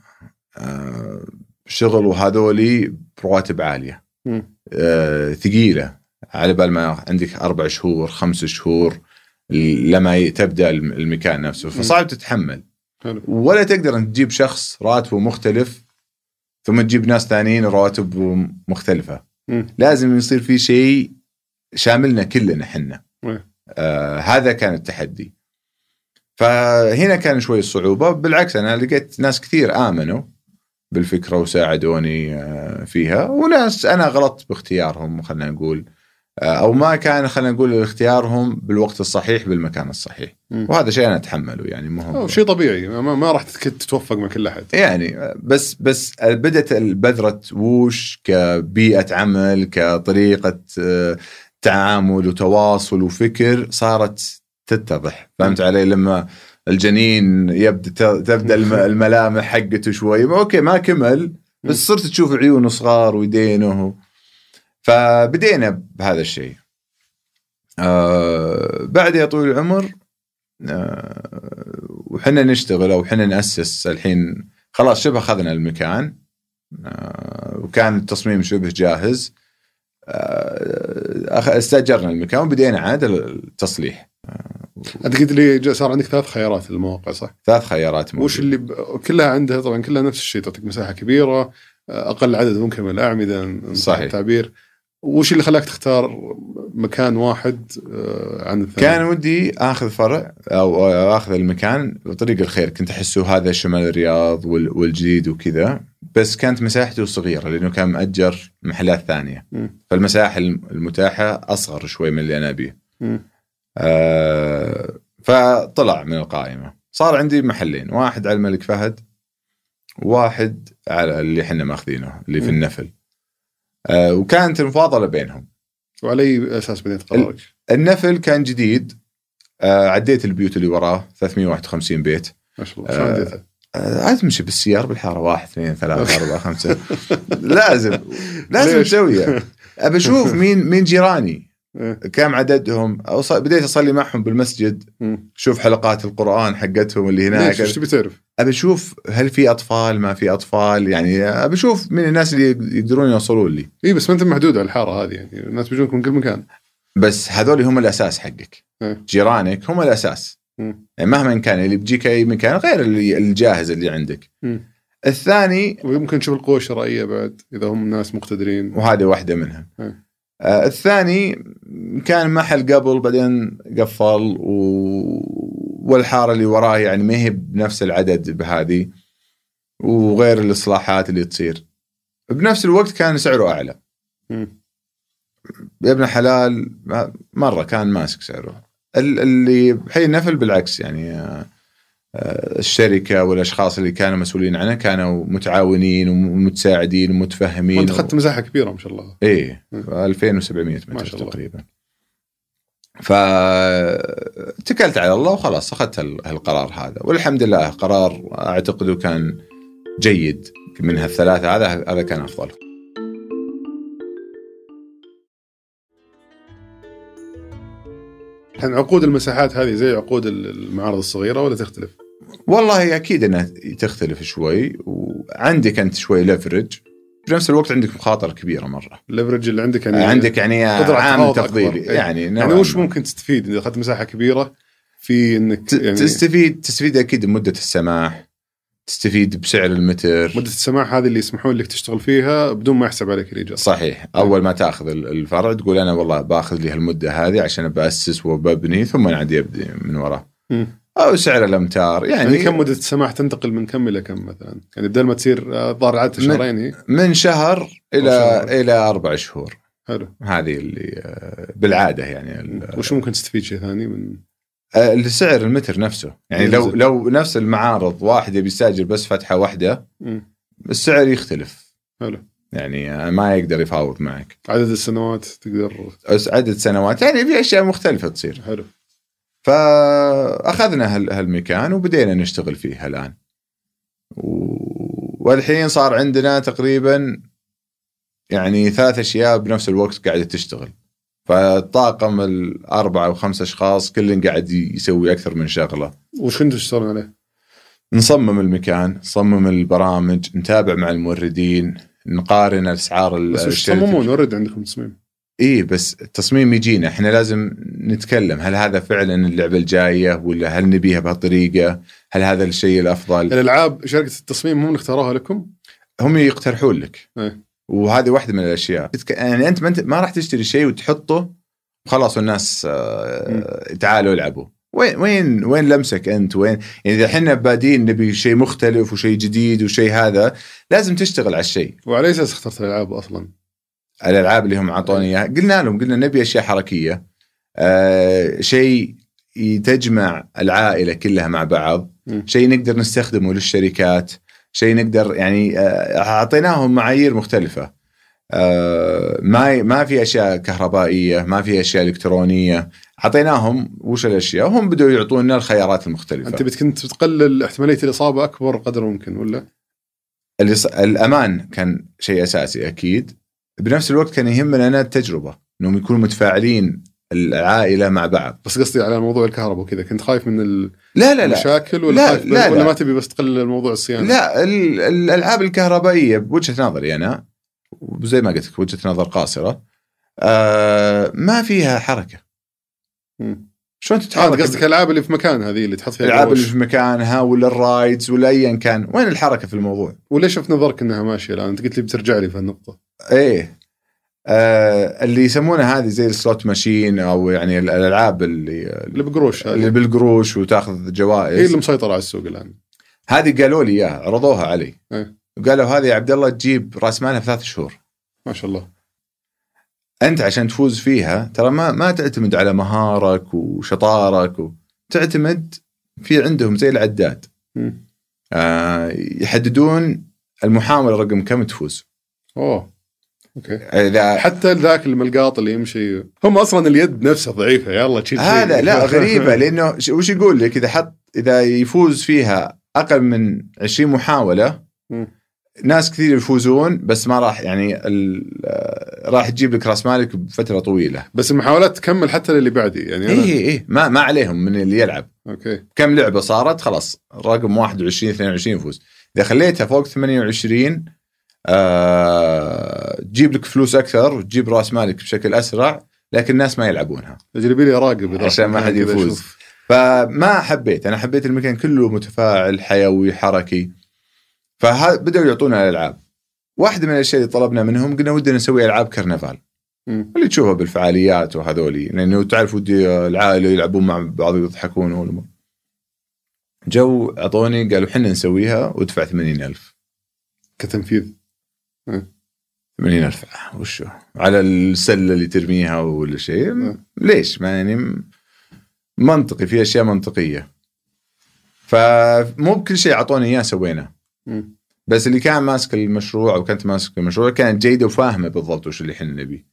شغل وهذولي برواتب عالية ثقيلة، على بال ما عندك 4 شهور 5 شهور لما تبدأ المكان نفسه، فصعب تتحمل. ولا تقدر أن تجيب شخص راتبه مختلف ثم تجيب ناس ثانيين رواتب مختلفة. لازم يصير في شيء شاملنا كلنا حنا. هذا كان التحدي. فهنا كان شوي الصعوبة. بالعكس أنا لقيت ناس كثير آمنوا بالفكرة وساعدوني فيها، وناس أنا غلطت باختيارهم خلينا نقول، أو ما كان خلينا نقول اختيارهم بالوقت الصحيح بالمكان الصحيح. وهذا شيء أنا أتحمله يعني مهم، شيء طبيعي، ما راح تتوفق مع كل أحد يعني. بس بدأت البذرة وش كبيئة عمل، كطريقة تعامل وتواصل وفكر صارت تتضح. فهمت علي؟ لما الجنين تبدأ الملامح حقته شوي أوكي ما كمل، بس صرت تشوف عيونه صغار ويدينه. فبدينا بهذا الشيء. بعد يا طويل العمر وحنا نشتغل أو حنا نأسس الحين خلاص شبه أخذنا المكان، وكان التصميم شبه جاهز. استأجرنا المكان وبدينا عاد التصليح. أنت قلت لي صار عندك 3 خيارات للمواقع صح؟ 3 خيارات موجودة. وش اللي كلها عندها طبعا كلها نفس الشيء، تعطيك مساحة كبيرة، أقل عدد ممكن من الأعمدة صحيح التعبير. وش اللي خلاك تختار مكان واحد عن الثاني؟ كان ودي أخذ فرع أو أخذ المكان بطريق الخير، كنت أحسه هذا شمال الرياض والجديد وكذا، بس كانت مساحته صغيرة لأنه كان مأجر محلات ثانية. فالمساحة المتاحة أصغر شوي من اللي أنا أبيه. فطلع من القائمة. صار عندي محلين، واحد على الملك فهد واحد على اللي حنا ماخذينه اللي في النفل. وكانت المفاضلة بينهم. وعلى أساس بديت قرارك؟ النفل كان جديد، عديت البيوت اللي وراه 351 بيت ما شاء الله. شو عديتها؟ أتمشي بالسيارة بالحارة 1 2 3 4 5 لازم تسويها. أبى أشوف مين جيراني، كم عددهم، بديت أصلي معهم بالمسجد. شوف حلقات القرآن حقتهم اللي هناك. ايش تبي تعرف؟ أبي أشوف هل في أطفال ما في أطفال، يعني أبي أشوف من الناس اللي يقدرون يوصلون لي. بس ما أنت محدود على الحارة هذه، يعني الناس بيجونك من كل مكان. بس هذول هم الأساس حقك. جيرانك هم الأساس. يعني مهما كان اللي بيجيك أي مكان غير اللي الجاهز اللي عندك. الثاني وممكن تشوف القوة الشرعية بعد إذا هم ناس مقتدرين، وهذه واحدة منها. الثاني كان محل قبل بعدين قفل، والحارة اللي وراه يعني ما هي بنفس العدد بهذه، وغير الإصلاحات اللي تصير. بنفس الوقت كان سعره أعلى. يا ابن حلال مرة كان ماسك سعره. اللي بحي نفل بالعكس، يعني الشركة والأشخاص اللي كانوا مسؤولين عنها كانوا متعاونين ومتساعدين ومتفهمين. وانت أخذت مساحة كبيرة ما شاء الله. إيه 2700 متر تقريبا. فتكلت على الله وخلاص أخذت القرار هذا، والحمد لله قرار أعتقده كان جيد من هالثلاثة. هذا كان أفضل. عقود المساحات هذه زي عقود المعارض الصغيرة ولا تختلف؟ والله أكيد أنها تختلف شوي، وعندك أنت شوي ليفرج، بنفس الوقت عندك مخاطرة كبيرة مرة. الليفرج اللي عندك يعني عندك يعني عام تفضيلي يعني وش ممكن تستفيد إذا أخذت مساحة كبيرة في إنك يعني تستفيد أكيد مدة السماح، تستفيد بسعر المتر. مدة السماح هذه اللي يسمحون لك تشتغل فيها بدون ما يحسب عليك الإيجار. صحيح. أول ما تأخذ الفرع تقول أنا والله بأخذ لي هالمدة هذه عشان بأسس وببني، ثم عندي أبدي من وراه. أو سعر الأمتار يعني كم مدة السماح تنتقل من كم إلى كم مثلا؟ يعني بدل ما تصير ضار عادة شهرين هي من شهر إلى 4 شهور. حلو. هذه اللي بالعادة يعني. وش ممكن تستفيد شيء ثاني من السعر المتر نفسه؟ يعني لو نفس المعارض واحد بيستأجر بس فتحة واحدة السعر يختلف. حلو. يعني ما يقدر يفاوض معك. عدد السنوات تقدر عدد سنوات يعني في أشياء مختلفة تصير. حلو. فأخذنا هالمكان وبدينا نشتغل فيه الآن، والحين صار عندنا تقريبا يعني 3 أشياء بنفس الوقت قاعدة تشتغل. فالطاقم 4 أو 5 أشخاص كلهم قاعد يسوي أكثر من شغلة. وش كنتوا تشتغلون عليه؟ نصمم المكان، نصمم البرامج، نتابع مع الموردين، نقارن أسعار. بس وش تصممون؟ نورد عندكم تصميم؟ إيه بس التصميم يجينا، إحنا لازم نتكلم هل هذا فعلا اللعبة الجاية ولا هل نبيها بهالطريقة، هل هذا الشيء الأفضل. الألعاب شركة التصميم هم اختاروها لكم؟ هم يقترحون لك. وهذه واحدة من الأشياء. يعني أنت ما راح تشتري شيء وتحطه خلاص والناس تعالوا العبوا. وين لمسك أنت؟ وين يعني إذا حنا بادين نبي شيء مختلف وشيء جديد وشيء هذا لازم تشتغل على الشيء. وعلى أساس اخترت الألعاب أصلاً؟ الألعاب اللي هم عطوني إياها قلنا لهم نبي أشياء حركية، شيء تجمع العائلة كلها مع بعض، شيء نقدر نستخدمه للشركات، شيء نقدر يعني أعطيناهم معايير مختلفة. ما في أشياء كهربائية، ما في أشياء إلكترونية. أعطيناهم وش الأشياء، هم بدوا يعطونا الخيارات المختلفة. أنت كنت بتقلل احتمالية الإصابة أكبر قدر ممكن ولا؟ الأمان كان شيء أساسي أكيد. بنفس الوقت كان يهمنا أنا التجربة، إنهم يكونوا متفاعلين العائلة مع بعض. بس قصدي على موضوع الكهرباء وكذا، كنت خايف من المشاكل ولا خايف ولا ما تبي بس تقلل الموضوع الصيانة؟ لا الألعاب الكهربائية بوجهة نظري أنا، وزي ما قلت لك وجهة نظر قاصرة، ما فيها حركة. شلون تتحرك؟ قصدك الألعاب اللي في مكان هذه اللي تحط فيها الألعاب اللي في مكانها ولا الرايدز ولا أيا كان، وين الحركة في الموضوع؟ وليش في نظرك إنها ماشية الآن؟ أنت قلت لي بترجع لي في النقطة. إيه اللي يسمونها هذه زي السلوت ماشين أو يعني الألعاب اللي بقروش، اللي بالقروش وتأخذ جوائز، هي اللي مسيطرة على السوق الآن. هذه قالوا لي إياها، عرضوها علي. قالوا هذه يا عبد الله تجيب رأس مالها في 3 شهور. ما شاء الله. أنت عشان تفوز فيها ترى ما تعتمد على مهارك وشطارك تعتمد في عندهم زي العداد. يحددون المحاولة رقم كم تفوز. أوكي. حتى ذاك الملقاط اللي يمشي، هم أصلا اليد نفسها ضعيفة، يلا تشيل هذا لا غريبة. لأنه وش يقول لك إذا يفوز فيها أقل من 20 محاولة ناس كثير يفوزون بس ما راح يعني راح تجيب لك راس مالك بفتره طويله. بس المحاولات تكمل حتى اللي بعدي يعني ايه ما عليهم من اللي يلعب. اوكي كم لعبه صارت خلاص رقم 21 22 يفوز. اذا خليتها فوق 28 تجيب لك فلوس اكثر وتجيب راس مالك بشكل اسرع، لكن الناس ما يلعبونها. اجربي لي اراقب عشان ما حد يفوز. فما حبيت، انا حبيت المكان كله متفاعل حيوي حركي. فبدأوا يعطونا الألعاب. واحدة من الأشياء اللي طلبنا منهم قلنا ودنا نسوي ألعاب كرنفال اللي تشوفها بالفعاليات وهذولي، لأنه تعرف ودي العائلة يلعبون مع بعض ويضحكون. جو أعطوني قالوا حنا نسويها وادفع 80,000 كتنفيذ. 80,000 وشو على السلة اللي ترميها ولا شيء. ليش ما يعني منطقي، في أشياء منطقية. فمو بكل شيء أعطوني إياه سوينا. بس اللي كان ماسك المشروع أو كانت ماسك المشروع كانت جيدة وفاهمة بالضبط وش اللي حنا نبي.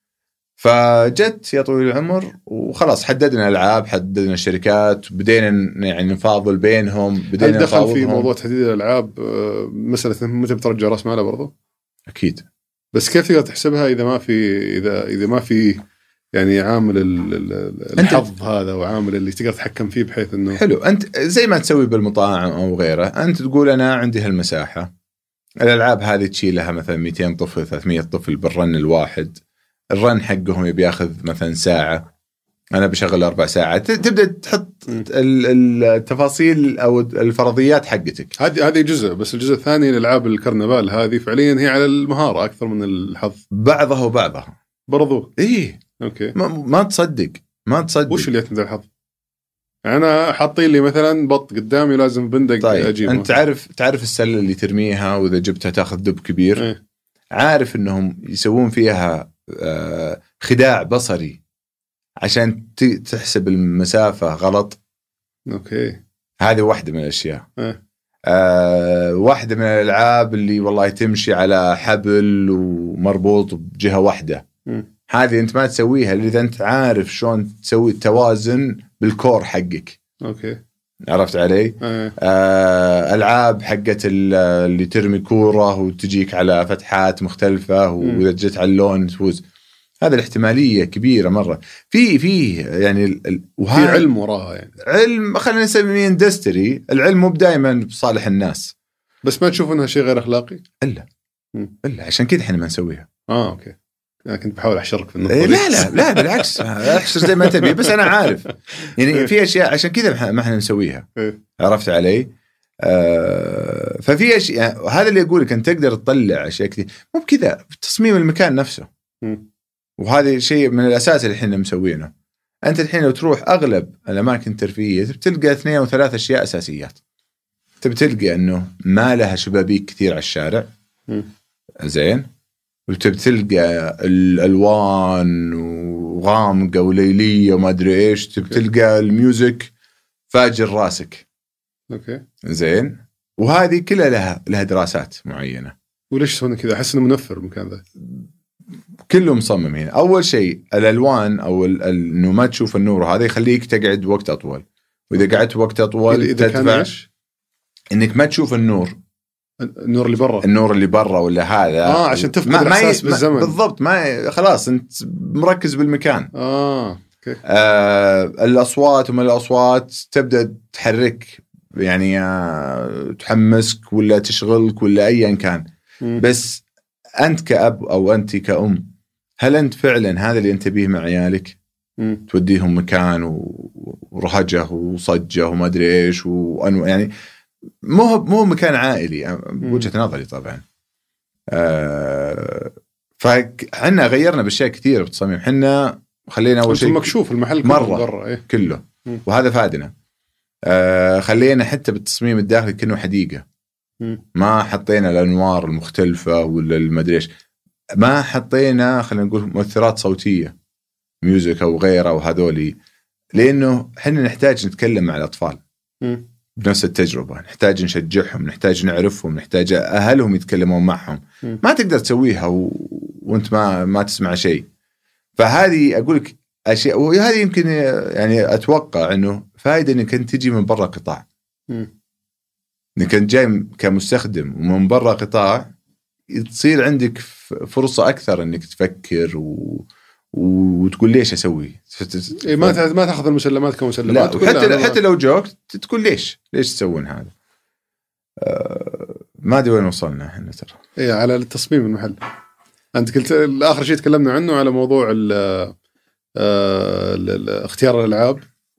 فجت يا طويل العمر وخلاص حددنا الألعاب، حددنا الشركات، بدينا يعني نفاضل بينهم. بدينا هل دخل في موضوع تحديد الألعاب مسألة متى بترجع رأس ماله برضو؟ أكيد. بس كيف تقدر تحسبها إذا ما في يعني عامل الحظ هذا وعامل اللي تقدر تتحكم فيه بحيث انه حلو. انت زي ما تسوي بالمطاعم او غيره، انت تقول انا عندي هالمساحه، الالعاب هذه تشيلها مثلا 200 طفل 300 طفل بالرن الواحد، الرن حقهم يبي ياخذ مثلا ساعه، انا بشغل 4 ساعات. تبدا تحط التفاصيل او الفرضيات حقتك. هذه جزء. بس الجزء الثاني الالعاب الكرنفال هذه فعليا هي على المهاره اكثر من الحظ. بعضها برضو. ايه اوكي. ما تصدق وش اللي يعتمد على الحظ؟ انا حاطين لي مثلا بط قدامي لازم بندق. طيب اجيبه. انت تعرف السله اللي ترميها واذا جبتها تاخذ دب كبير. إيه؟ عارف انهم يسوون فيها خداع بصري عشان تحسب المسافه غلط. اوكي. هذه واحده من الاشياء. إيه؟ واحده من الالعاب اللي والله تمشي على حبل ومربوط بجهه واحده. هذه انت ما تسويها اذا انت عارف شلون تسوي التوازن بالكور حقك. اوكي. عرفت علي؟ العاب حقت اللي ترمي كوره وتجيك على فتحات مختلفه واذا جت على اللون تفوز. هذه الاحتماليه كبيره مره. في يعني في علم وراها، يعني علم خلينا نسميه اندستري. العلم مو دائما بصالح الناس، بس ما تشوف انها شيء غير اخلاقي الا عشان كذا احنا ما نسويها. اوكي. أنا كنت بحاول أحشرك في النقطة. لا بالعكس أحشر زي ما تبي، بس أنا عارف يعني في أشياء عشان كذا ما إحنا نسويها. عرفت علي؟ ففي أشياء يعني هذا اللي أقولك أنت تقدر تطلع أشياء كثير مو بكذا تصميم المكان نفسه. وهذا شيء من الأساس اللي إحنا مسوينه. أنت الحين لو تروح أغلب الأماكن الترفيهية بتلقى 2 أو 3 أشياء أساسيات. تبتلقى إنه ما لها شبابيك كثير على الشارع. زين. وتبتلقى الألوان وغامقة وليلية وما أدري إيش. تبتلقى الميوزك فاجر راسك. أوكي. زين. وهذه كلها لها دراسات معينة. وليش سوينا كذا؟ أحس إنه منفر المكان ذا. كله مصمم هنا. أول شيء الألوان أو إنه ما تشوف النور هذا يخليك تقعد وقت أطول. وإذا قعدت وقت أطول تدفع إنك ما تشوف النور النور اللي برا ولا هذا عشان تفقد الإحساس بالزمن. بالضبط. ما خلاص أنت مركز بالمكان. أوكي. الأصوات وما الأصوات تبدأ تحرك يعني تحمسك ولا تشغلك ولا أيا كان. بس أنت كأب أو أنت كأم، هل أنت فعلا هذا اللي أنت بيه مع عيالك؟ توديهم مكان ورهجة وصجة وما أدري إيش يعني مو مكان عائلي بوجهة نظري طبعا. فحنا غيرنا بأشياء كثيرة بالتصميم. حنا خلينا أول شيء مكشوف المحل مرة كله. وهذا فادنا. خلينا حتى بالتصميم الداخلي كأنه حديقة. ما حطينا الأنوار المختلفة ولا المدري إيش. ما حطينا خلينا نقول مؤثرات صوتية ميوزك أو غيره وهذولي، لأنه حنا نحتاج نتكلم مع الأطفال بنفس التجربة. نحتاج نشجعهم، نحتاج نعرفهم، نحتاج أهلهم يتكلمون معهم. ما تقدر تسويها وانت ما تسمع شيء. فهذه أقولك أشياء، وهذه يمكن يعني أتوقع أنه فائدة أنك أنت تجي من برا قطاع. انك انت جاي كمستخدم ومن برا قطاع، تصير عندك فرصة أكثر إنك تفكر وتقول ليش أسوي. ما تأخذ المسلمات كمسلمات. لا، حتى لو جوك تقول ليش تسوون هذا. ما أدري وين وصلنا إحنا ترى. على التصميم المحل. أنت قلت آخر شيء تكلمنا عنه على موضوع اختيار الألعاب،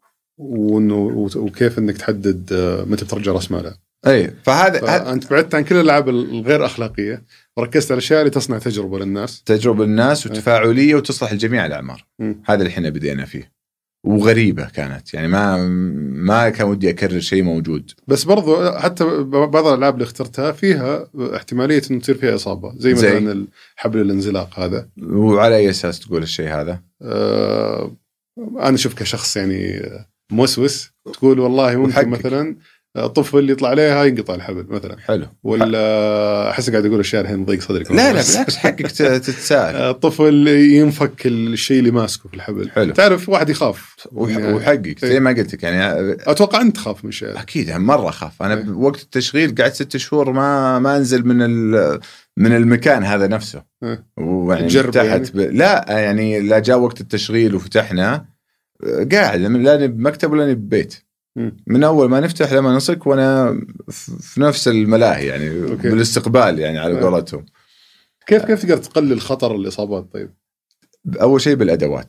وكيف إنك تحدد متى ترجع رأس مالها. فهذا أنت بعدت عن كل الألعاب الغير أخلاقية وركزت على الأشياء اللي تصنع تجربة للناس وتفاعلية وتصلح الجميع الأعمار. هذا اللي احنا بدينا فيه، وغريبة كانت يعني ما كان ودي أكرر شيء موجود. بس برضو حتى بعض الألعاب اللي اخترتها فيها احتمالية إنه تصير فيها إصابة، زي مثلا حبل الانزلاق هذا. وعلى أي أساس تقول الشيء هذا؟ أنا أشوف كشخص يعني موسوس، تقول والله ممكن وحقك. مثلا طفل اللي يطلع عليها ينقطع الحبل مثلا. حلو. ولا أحس قاعد أقول الشيء الحين ضيق صدرك. لا بالعكس، حقك تتساءل. طفل ينفك الشيء اللي ماسكه في الحبل. حلو. تعرف واحد يخاف. وحقك زي ما قلت لك يعني. أتوقع أنت تخاف من شيء. أكيد مرة خاف. أنا بوقت التشغيل قعدت 6 شهور ما أنزل من المكان هذا نفسه. ويعني تحت يعني. لا يعني لا جاء وقت التشغيل وفتحنا، قاعد لا بمكتب ولا ببيت. من أول ما نفتح لما نصك وأنا في نفس الملاهي يعني. أوكي. بالاستقبال يعني على قولتهم. كيف تقدر تقلل خطر الإصابات؟ طيب أول شيء بالأدوات.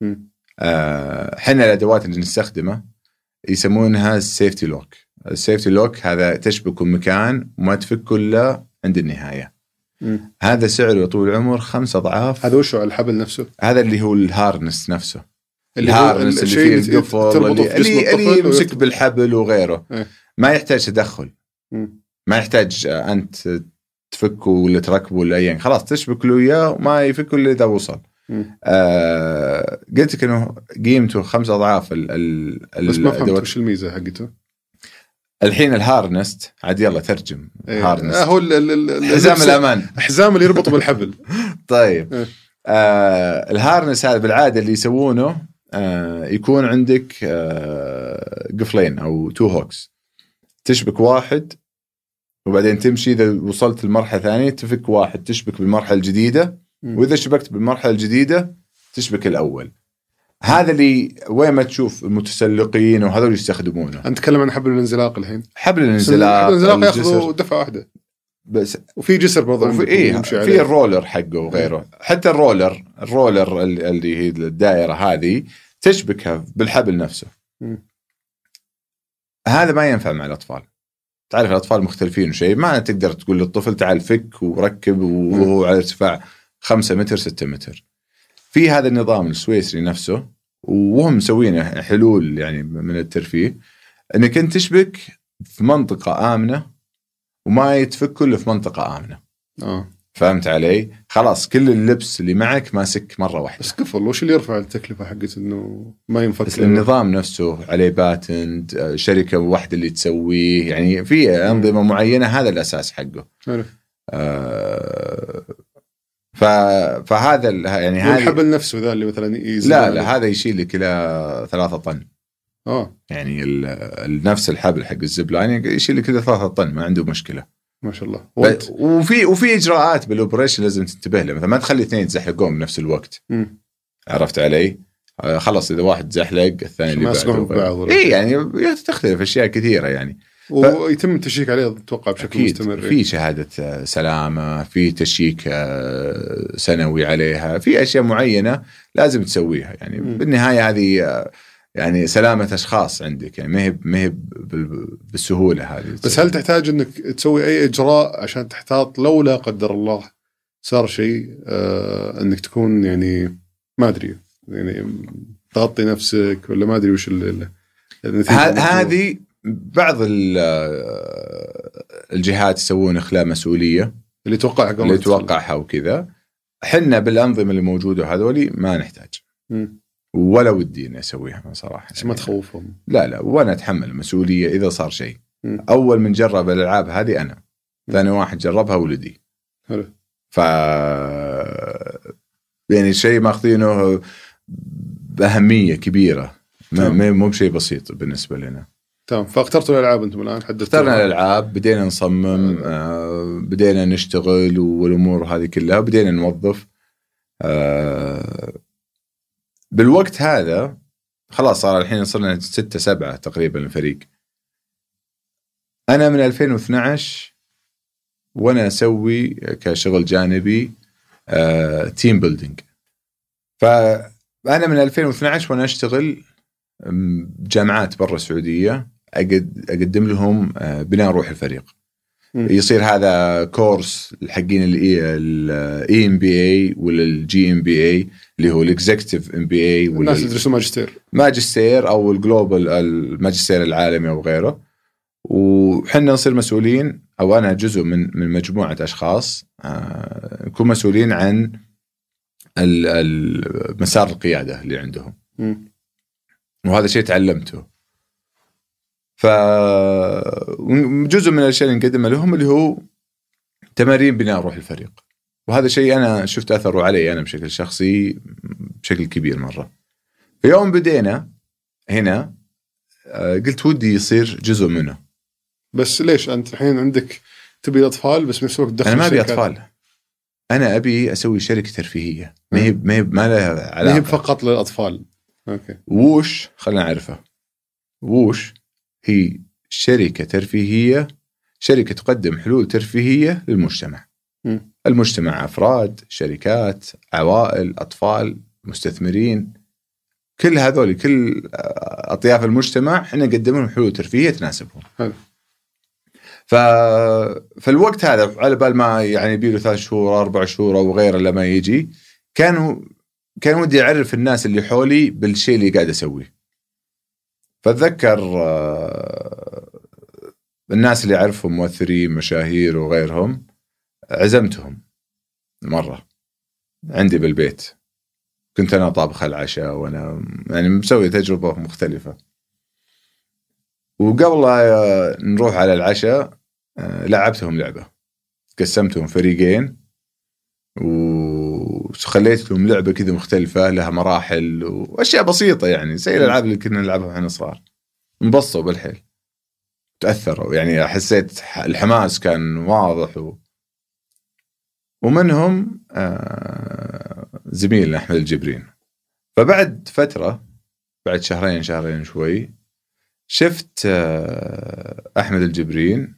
حنا الأدوات اللي نستخدمها يسمونها السيفتي لوك. السيفتي لوك هذا تشبكه مكان وما تفكه إلا عند النهاية. هذا سعره طول العمر 5 أضعاف. هذا وشو الحبل نفسه؟ هذا اللي هو الهارنس نفسه. الهارنس اللي فيه القفل اللي يمسك بالحبل وغيره. ما يحتاج تدخل. ما يحتاج أنت تفكه ولا تركبه ولا أي، خلاص تشبك له إياه وما يفكه إلا إذا وصل. قلت لك إنه قيمته 5 أضعاف بس ما فهمت وش الميزة حقته الحين. الهارنس عاد يلا ترجم. هارنس هو حزام الأمان، حزام اللي يربطه بالحبل. طيب الهارنس هذا بالعادة اللي يسوونه يكون عندك قفلين أو 2 هوكس، تشبك واحد وبعدين تمشي. إذا وصلت لمرحلة ثانية تفك واحد تشبك بالمرحلة الجديدة، وإذا شبكت بالمرحلة الجديدة تشبك الأول. هذا اللي وين ما تشوف المتسلقين وهذول يستخدمونه. أنت تكلم عن حبل الانزلاق الحين. حبل الانزلاق ياخذوا دفعة واحدة بس، وفي جسر برضه في الرولر حقه وغيره. حتى الرولر اللي هي الدائرة هذه تشبكها بالحبل نفسه. هذا ما ينفع مع الأطفال. تعرف الأطفال مختلفين وشيء، ما تقدر تقول للطفل تعال فك وركب وهو على ارتفاع 5 متر 6 متر. في هذا النظام السويسري نفسه، وهم مسوين حلول يعني من الترفيه، انك انت تشبك في منطقة آمنة وما يتفك كله في منطقة آمنة. فهمت علي؟ خلاص كل اللبس اللي معك ماسك مرة واحدة. بس كفل وش اللي يرفع التكلفة حقت انه ما ينفك؟ النظام نفسه عليه باتنت، شركة واحدة اللي تسويه، يعني في أنظمة معينة هذا الأساس حقه. فهذا يعني هذا الحبل نفسه ذا اللي مثلا لا هذا يشيل لك إلى 3 طن. يعني نفس الحبل حق الزب لاين يشيل لك إلى 3 طن، ما عنده مشكلة. ما شاء الله. وفي إجراءات بالأوبريشن لازم تنتبه له. مثلا ما تخلي 2 يتزحلقون بنفس الوقت. عرفت علي؟ خلاص إذا واحد زحلق الثاني اللي بعده. يعني تختلف أشياء كثيرة يعني. ويتم التشيك عليه أتوقع بشكل مستمر. في شهادة سلامة، في تشيك سنوي عليها، في أشياء معينة لازم تسويها يعني. بالنهاية هذه يعني سلامة أشخاص عندك، يعني ما هي بالسهولة هذه. بس هل تحتاج إنك تسوي أي إجراء عشان تحتاط لو لا قدر الله صار شيء، إنك تكون يعني ما أدري يعني تغطي نفسك ولا ما أدري وش هذه بعض الجهات يسوون إخلاء مسؤولية اللي توقعها وكذا. حنا بالأنظمة اللي موجودة هذولي ما نحتاج ولا ودي إني أسويها صراحة. ما تخوفهم؟ لا وأنا أتحمل المسؤولية إذا صار شيء. أول من جرب الألعاب هذه أنا، ثاني واحد جربها ولدي. حلو. يعني شيء ماخذينه بأهمية كبيرة، مو بشيء بسيط بالنسبة لنا. تمام. فاخترتوا الالعاب انتم الان؟ اخترنا الالعاب، بدينا نصمم، بدينا نشتغل والامور هذه كلها، بدينا نوظف. بالوقت هذا خلاص صار الحين صرنا 6-7 تقريبا الفريق. انا من 2012 وانا اسوي كشغل جانبي تيم بيلدينج. فانا من 2012 وانا اشتغل جامعات برا السعوديه، اقدم لهم بناء روح الفريق. يصير هذا كورس الحقين الاي ام بي اي ولا الجي ام بي اي اللي هو الاكزيكتيف ام بي اي، الناس يدرسوا ماجستير او الجلوبال الماجستير العالمي او غيره. وحنا نصير مسؤولين، او انا جزء من مجموعه اشخاص نكون مسؤولين عن المسار القياده اللي عندهم. وهذا شيء تعلمته. فجزء من الاشياء اللي نقدمها لهم اللي هو تمارين بناء روح الفريق، وهذا شيء انا شفت اثره علي انا بشكل شخصي بشكل كبير مره. في يوم بدينا هنا قلت ودي يصير جزء منه. بس ليش انت الحين عندك تبي الاطفال بس بنفس الوقت تدخل؟ انا ما ابي اطفال، انا ابي اسوي شركه ترفيهيه ما لها علاقه، ما هي فقط للاطفال. اوكي. ووش خلينا نعرفها. ووش هي شركه ترفيهيه، شركه تقدم حلول ترفيهيه للمجتمع. المجتمع افراد، شركات، عوائل، اطفال، مستثمرين، كل هذول، كل اطياف المجتمع احنا نقدم لهم حلول ترفيهيه تناسبهم. فالوقت هذا على بال ما يعني بيله 3 شهور 4 شهور او غيره لما يجي، كان ودي اعرف الناس اللي حولي بالشيء اللي قاعد اسويه. فاتذكر الناس اللي اعرفهم مؤثرين مشاهير وغيرهم، عزمتهم مره عندي بالبيت. كنت انا طابخ العشاء وانا يعني مسوي تجربه مختلفه. وقبل نروح على العشاء لعبتهم لعبة، قسمتهم فريقين وخليت لهم لعبة كذا مختلفة لها مراحل وأشياء بسيطة يعني زي الألعاب اللي كنا نلعبها وإحنا صغار. انبسطوا بالحيل، تأثروا يعني، حسيت الحماس كان واضح. ومنهم زميلنا أحمد الجبرين. فبعد فترة، بعد شهرين شوي، شفت أحمد الجبرين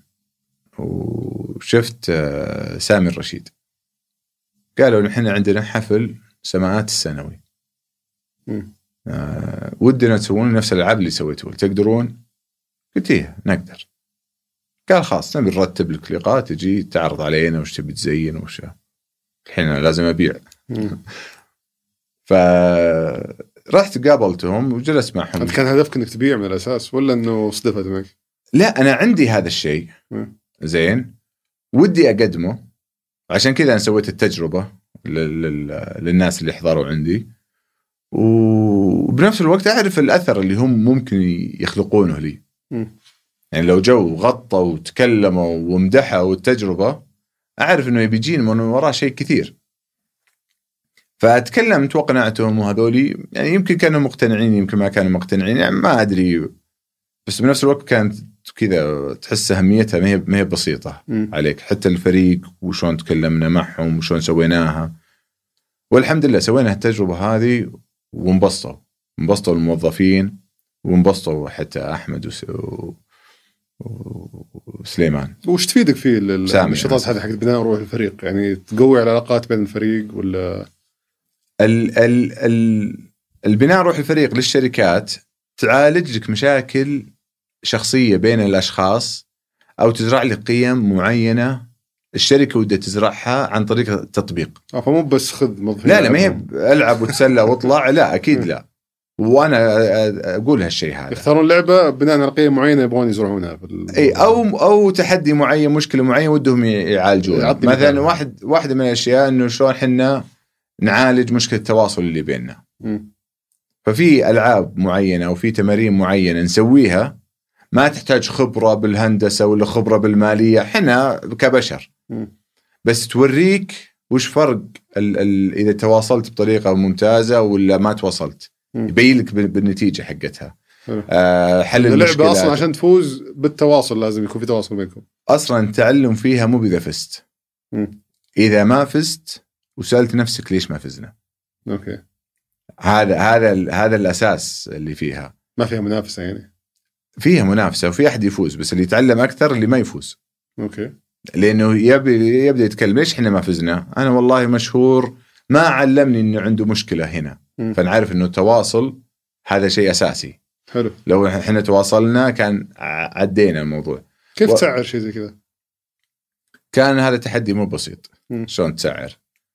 وشفت سامي الرشيد، قالوا نحن عندنا حفل سماعات السنوي، ودنا تسوون نفس الألعاب اللي سويتوه، تقدرون؟ قلت إيه نقدر. قال خلاص نبي نرتب لك لقاء تجي تعرض علينا وش تبي تزين وش. الحين لازم أبيع. فرحت قابلتهم وجلست معهم. أنت كان هدفك إنك تبيع من الأساس ولا إنه صدفت معك؟ لا أنا عندي هذا الشيء زين، ودي أقدمه، عشان كذا أنا سويت التجربة للناس اللي حضروا عندي، وبنفس الوقت أعرف الأثر اللي هم ممكن يخلقونه لي. يعني لو جو غطوا وتكلموا ومدحوا التجربة، أعرف إنه بيجين من وراء شيء كثير. فأتكلمت وقنعتهم، وهذولي يعني يمكن كانوا مقتنعين يمكن ما كانوا مقتنعين، يعني ما أدري، بس بنفس الوقت كانت كذا تحس أهميتها ما هي بسيطة عليك. حتى الفريق وشون تكلمنا معهم وشون سويناها، والحمد لله سوينا التجربة هذه وانبسطوا الموظفين، وانبسطوا حتى أحمد وسليمان. وش تفيدك في النشاطات هذه حق بناء روح الفريق؟ يعني تقوي العلاقات بين الفريق ولا البناء روح الفريق للشركات تعالج لك مشاكل شخصية بين الأشخاص، أو تزرع لك قيم معينة الشركة ودها تزرعها عن طريق التطبيق. فمو بس خذ موظفين، لا ما هي ألعب وتسلى واطلع، لا أكيد لا. وأنا أقول هالشيء هذا، يختارون لعبة بناء على قيم معينة يبغون يزرعونها أي أو تحدي معين، مشكلة معينة ودهم يعالجون. مثلا واحدة من الأشياء إنه شلون حنا نعالج مشكلة التواصل اللي بيننا. ففي ألعاب معينة أو في تمارين معينة نسويها ما تحتاج خبرة بالهندسة ولا خبرة بالمالية، حنا كبشر بس توريك وش فرق إذا تواصلت بطريقة ممتازة ولا ما تواصلت، يبين لك بالنتيجة حقتها. حل اللعبة أصلا عشان تفوز بالتواصل لازم يكون في تواصل بينكم. أصلا التعلم فيها مو إذا فزت، إذا ما فزت وسألت نفسك ليش ما فزنا. أوكي. هذا الأساس اللي فيها. ما فيها منافسة يعني؟ فيها منافسة وفي أحد يفوز، بس اللي يتعلم أكثر اللي ما يفوز. أوكي. لأنه يبدأ يتكلم ليش إحنا ما فزنا؟ أنا والله مشهور ما علمني إنه عنده مشكلة هنا. فنعرف إنه التواصل هذا شيء أساسي. حلو. لو إحنا تواصلنا كان عدينا الموضوع. كيف تسعر شيء زي كذا؟ كان هذا تحدي مو بسيط. شلون تسعر؟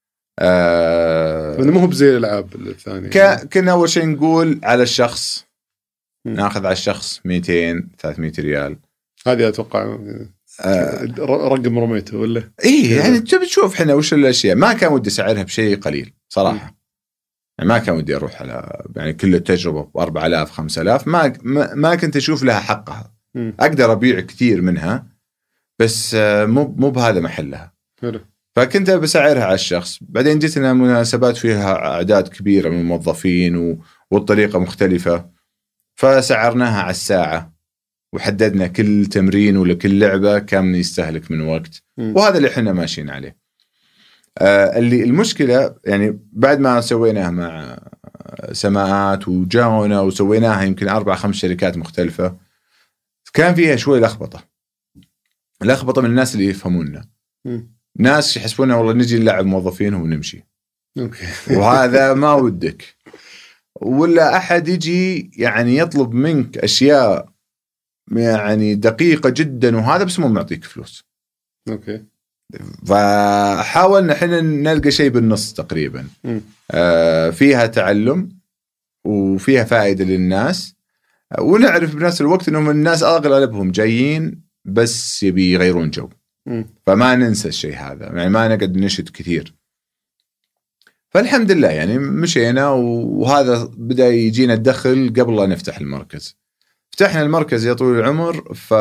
مو بزي الألعاب الثانية. كنا أول شيء نقول على الشخص، ناخذ على الشخص 200-300 ريال. هذه أتوقع رقم رميته ولا؟ إيه يعني تبي تشوف إحنا وش الأشياء. ما كان ودي سعرها بشيء قليل صراحة. يعني ما كان ودي أروح على يعني كل التجربة ب4,000-5,000. ما كنت أشوف لها حقها. أقدر أبيع كثير منها بس مو بهذا محلها. حلو. فكنت بسعرها على الشخص. بعدين جتنا مناسبات فيها أعداد كبيرة من الموظفين والطريقة مختلفة، فسعرناها على الساعة وحددنا كل تمرين ولا كل لعبة كم يستهلك من وقت. وهذا اللي احنا ماشيين عليه. اللي المشكلة يعني بعد ما سويناها مع سماعات وجاونا وسويناها يمكن 4-5 شركات مختلفة، كان فيها شوي لخبطة من الناس اللي يفهموننا. ناس يحسبوننا والله نجي نلعب موظفينهم ونمشي. أوكي. وهذا ما ودك. ولا أحد يجي يعني يطلب منك أشياء يعني دقيقة جدا وهذا بس مو معطيك فلوس. أوكي. فحاولنا احنا نلقى شيء بالنص تقريبا. فيها تعلم وفيها فائدة للناس، ونعرف بنفس الوقت انهم الناس اغلبهم جايين بس يبي يغيرون جو. فما ننسى الشيء هذا، يعني ما نقعد نشد كثير. فالحمد لله يعني مشينا، وهذا بدأ يجينا الدخل قبل لا نفتح المركز. فتحنا المركز يا طويل العمر في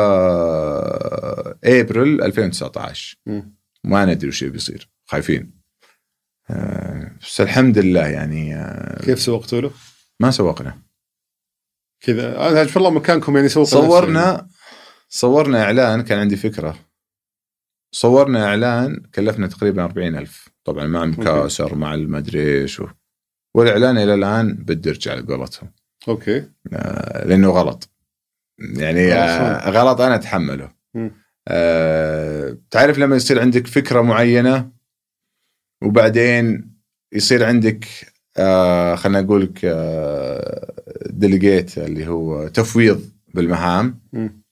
أبريل 2019. ما ندري وش بيصير، خايفين. بس الحمد لله يعني. كيف سوقتوا له؟ ما سوقنا كذا. أنا في الله مكانكم يعني صورنا إعلان. كان عندي فكرة، صورنا إعلان كلفنا تقريبا 40,000 طبعا مع المكاسر مع المدري إيش، والإعلان إلى الآن بالدرج على قولتهم. أوكي. لأنه غلط يعني. غلط أنا أتحمله. تعرف لما يصير عندك فكرة معينة وبعدين يصير عندك خلنا نقولك ديليجيت اللي هو تفويض بالمهام،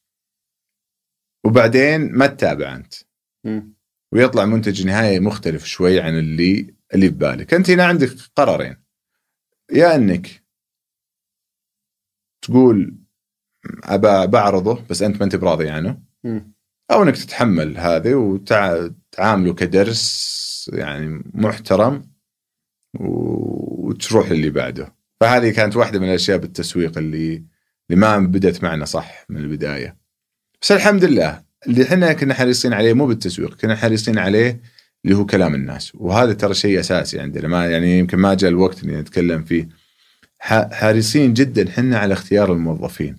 وبعدين ما تتابع أنت ويطلع منتج نهائي مختلف شوي عن اللي ببالك. أنت هنا عندك قرارين، يا أنك تقول أبى بعرضه بس أنت ما أنت براضي عنه، أو أنك تتحمل هذه وتعامله كدرس يعني محترم وتروح اللي بعده. فهذه كانت واحدة من الأشياء بالتسويق اللي ما بدأت معنا صح من البداية. بس الحمد لله اللي احنا كنا حريصين عليه مو بالتسويق، كنا حريصين عليه اللي هو كلام الناس، وهذا ترى شيء أساسي عندنا. ما يعني يمكن ما جاء الوقت إني نتكلم فيه. حريصين جدا حنا على اختيار الموظفين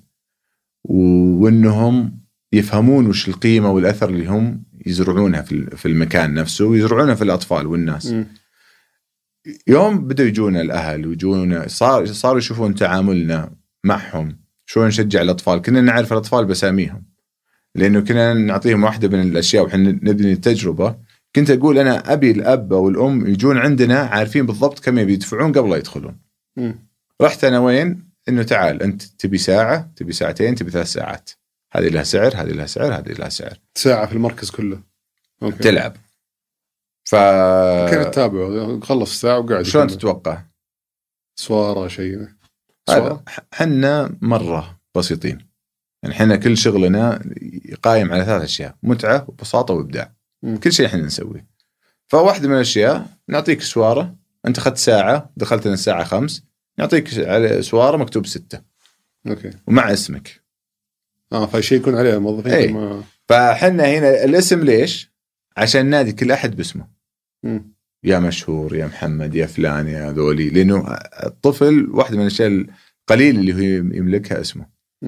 وإنهم يفهمون وش القيمة والأثر اللي هم يزرعونها في المكان نفسه ويزرعونها في الأطفال والناس. يوم بدأوا يجونا الأهل ويجونا صاروا يشوفون تعاملنا معهم شو نشجع الأطفال. كنا نعرف الأطفال بساميهم لأنه كنا نعطيهم واحدة من الأشياء وحنا نبني التجربة. كنت أقول أنا أبي الأب والأم يجون عندنا عارفين بالضبط كم يبي يدفعون قبل لا يدخلون. رحت أنا وين إنه تعال أنت تبي ساعة، تبي ساعتين، تبي 3 ساعات، هذه لها سعر، هذه لها سعر، هذه لها سعر. ساعة في المركز كله. أوكي. تلعب. كيف تتابعه؟ خلص الساعة وقاعد. شلون تتوقع؟ سوارة شيء. حنا مرة بسيطين يعني. حنا كل شغلنا قائم على 3 أشياء: متعة وبساطة وإبداع. كل شيء حنا نسويه. فواحدة من الأشياء نعطيك سوارة، أنت أخذت ساعة دخلت لنا الساعة 5، نعطيك على سوارة مكتوب 6. أوكي. ومع اسمك. فشيء يكون عليه موظفين. أي. فحنا هنا الاسم ليش؟ عشان نادي كل أحد باسمه. يا مشهور، يا محمد، يا فلان، يا ذولي. لأنه الطفل واحدة من الأشياء قليل اللي هو يملكها اسمه.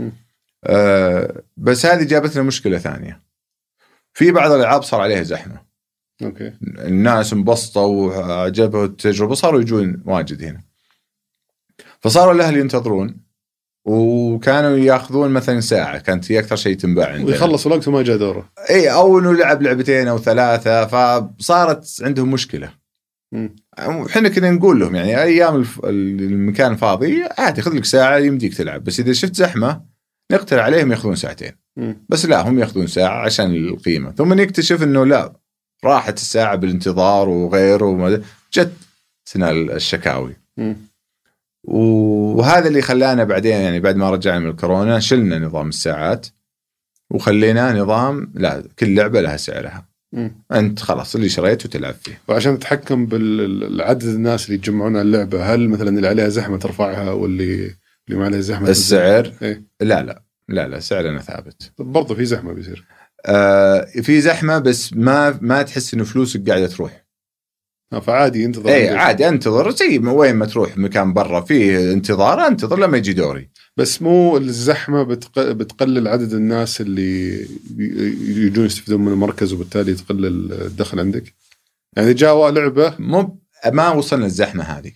بس هذه جابت لنا مشكلة ثانية، في بعض الألعاب صار عليها زحمة. أوكي. الناس انبسطوا وعجبوا التجربة، صاروا يجون واجد هنا، فصاروا الأهل ينتظرون، وكانوا ياخذون مثلا ساعة، كانت هي أكثر شيء تنباع عندنا، ويخلص الوقت وما جاء دوره. إيه، أو إنه لعب لعبتين أو ثلاثة، فصارت عندهم مشكلة. وحنا كنا نقول لهم يعني أيام المكان فاضي عادي خذ لك ساعة يمديك تلعب، بس إذا شفت زحمة نقترح عليهم ياخذون ساعتين. بس لا، هم ياخذون ساعة عشان القيمة، ثم نكتشف إنه لا، راحت الساعة بالانتظار وغيره، وما جت تنال الشكاوي. وهذا اللي خلانا بعدين يعني بعد ما رجعنا من الكورونا شلنا نظام الساعات وخلينا نظام لا، كل لعبة لها سعرها. أنت خلاص اللي شريته تلعب فيه. وعشان تتحكم بالعدد الناس اللي يجمعون على اللعبة، هل مثلا اللي عليها زحمة ترفعها واللي ما عليها زحمة السعر؟ إيه؟ لا سعرنا ثابت. برضه في زحمة بيصير. في زحمة، بس ما تحس إنه فلوسك قاعدة تروح. فعادي انتظر. اي عادي انتظر، زي وين ما تروح مكان برا فيه انتظار، انتظر لما يجي دوري. بس مو الزحمة بتقلل عدد الناس اللي يجون يستفيدون من المركز، وبالتالي تقلل الدخل عندك. يعني جاء لعبة ما وصلنا الزحمة هذه.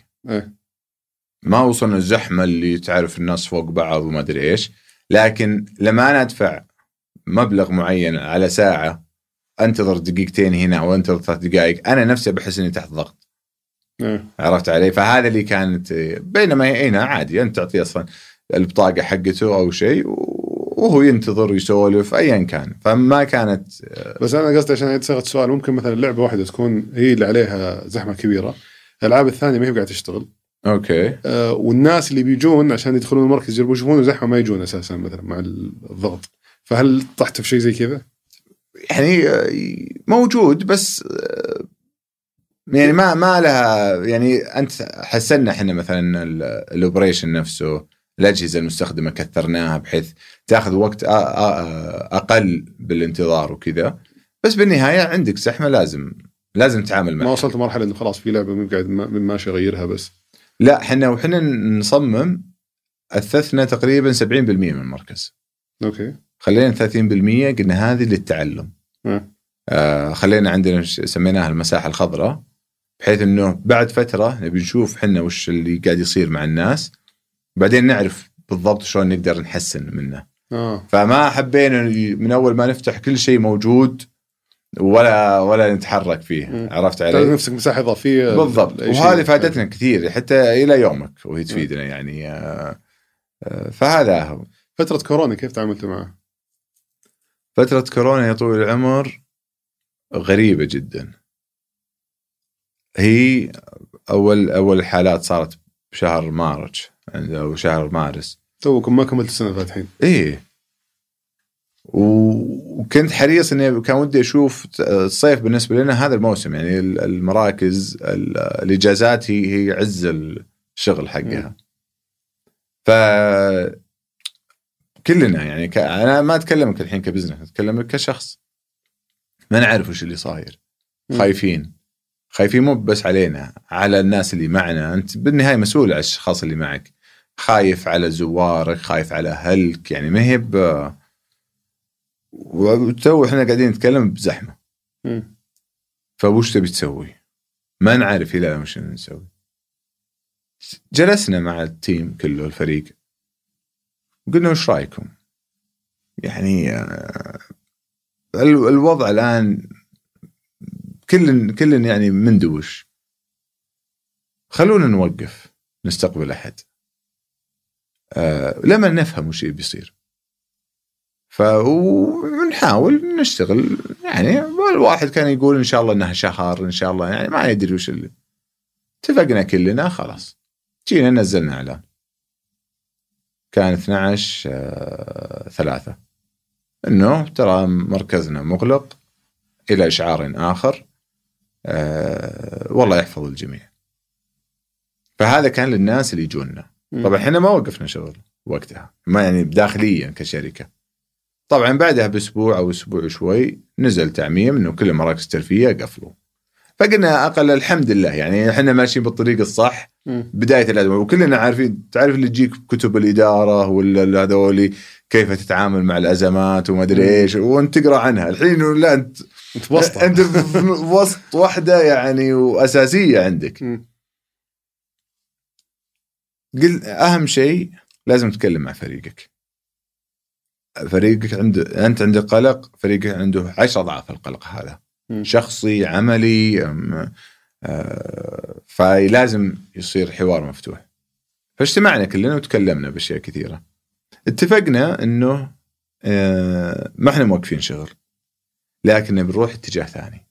ما وصلنا الزحمة اللي تعرف الناس فوق بعض وما أدري إيش، لكن لما أنا أدفع مبلغ معين على ساعة انتظر دقيقتين هنا وانتظر 3 دقائق، انا نفسي بحس اني تحت ضغط. عرفت علي؟ فهذا اللي كانت، بينما هنا عادي انت تعطيه اصلا البطاقه حقته او شيء وهو ينتظر ويسولف ايا كان، فما كانت. بس انا قصدي عشان صيغه السؤال، ممكن مثلا لعبه واحده تكون هي اللي عليها زحمه كبيره، الالعاب الثانيه ما هي قاعده تشتغل. اوكي. والناس اللي بيجون عشان يدخلون المركز يجربوا يشوفون زحمه ما يجون اساسا مثلا مع الضغط. فهل طحت في شيء زي كذا؟ يعني موجود، بس يعني ما لها يعني. انت حسنا احنا مثلا الاوبريشن نفسه، الاجهزه المستخدمه كثرناها بحيث تاخذ وقت اقل بالانتظار وكذا، بس بالنهايه عندك زحمه لازم تتعامل معها. ما وصلت مرحله انه خلاص في لعبه مو قاعد ماشي اغيرها بس. لا، احنا نصمم اثثنا تقريبا 70% من المركز. اوكي. خلينا 30% قلنا هذه للتعلم. خلينا عندنا سميناها المساحة الخضراء، بحيث انه بعد فترة نبي نشوف حنا وش اللي قاعد يصير مع الناس، بعدين نعرف بالضبط شلون نقدر نحسن منه. فما حبينا من اول ما نفتح كل شيء موجود ولا نتحرك فيه. عرفت علي؟ نفسك مساحة إضافية بالضبط. وهذه فادتنا كثير حتى إلى يومك وهي تفيدنا يعني. فهذا هو. فترة كورونا كيف تعاملت معها؟ فترة كورونا يا طويل العمر غريبة جدا. هي أول حالات صارت بشهر مارس أو شهر مارس. توكم ما كملت السنة فاتحين. إيه. وكنت حريص إني كان ودي أشوف الصيف بالنسبة لنا هذا الموسم، يعني المراكز الإجازات هي عز الشغل حقها. كلنا يعني أنا ما أتكلمك الحين كبزنس، أتكلمك كشخص، ما نعرف وش اللي صاير. خايفين مو بس علينا، على الناس اللي معنا. أنت بالنهاية مسؤول على الأشخاص اللي معك، خايف على زوارك، خايف على أهلك، يعني ما هي وتو إحنا قاعدين نتكلم بزحمة. فوش تبي تسوي؟ ما نعرف إلا مش نسوي. جلسنا مع التيم كله الفريق وقلنا وش رأيكم؟ يعني الوضع الآن كل يعني مندوش، خلونا نوقف نستقبل أحد لما نفهم وش بيصير، ونحاول نشتغل. يعني الواحد كان يقول إن شاء الله إنها شهر، إن شاء الله، يعني ما ندري وش اللي اتفقنا كلنا. خلاص جينا نزلنا إعلان، كان 12/3 إنه ترى مركزنا مغلق إلى إشعار آخر، والله يحفظ الجميع. فهذا كان للناس اللي يجونا. طبعا إحنا ما وقفنا شغل وقتها، ما يعني داخليا كشركة. طبعا بعدها بأسبوع أو أسبوع شوي نزل تعميم إنه كل مراكز الترفيه قفلوا. فقلنا أقل الحمد لله يعني إحنا ماشيين بالطريق الصح بداية الأزمة، وكلنا عارفين تعرف اللي تجيك كتب الإدارة ولا هذولي كيف تتعامل مع الأزمات وما أدري إيش وأنت تقرأ عنها الحين. لا أنت في وسط واحدة يعني وأساسية عندك. قل أهم شيء لازم تتكلم مع فريقك. فريقك أنت عندك قلق، فريقك عنده 10 أضعاف القلق هذا، شخصي عملي، فلازم يصير حوار مفتوح. فاجتمعنا كلنا وتكلمنا بأشياء كثيرة. اتفقنا إنه ما احنا موقفين شغل، لكن بنروح اتجاه ثاني.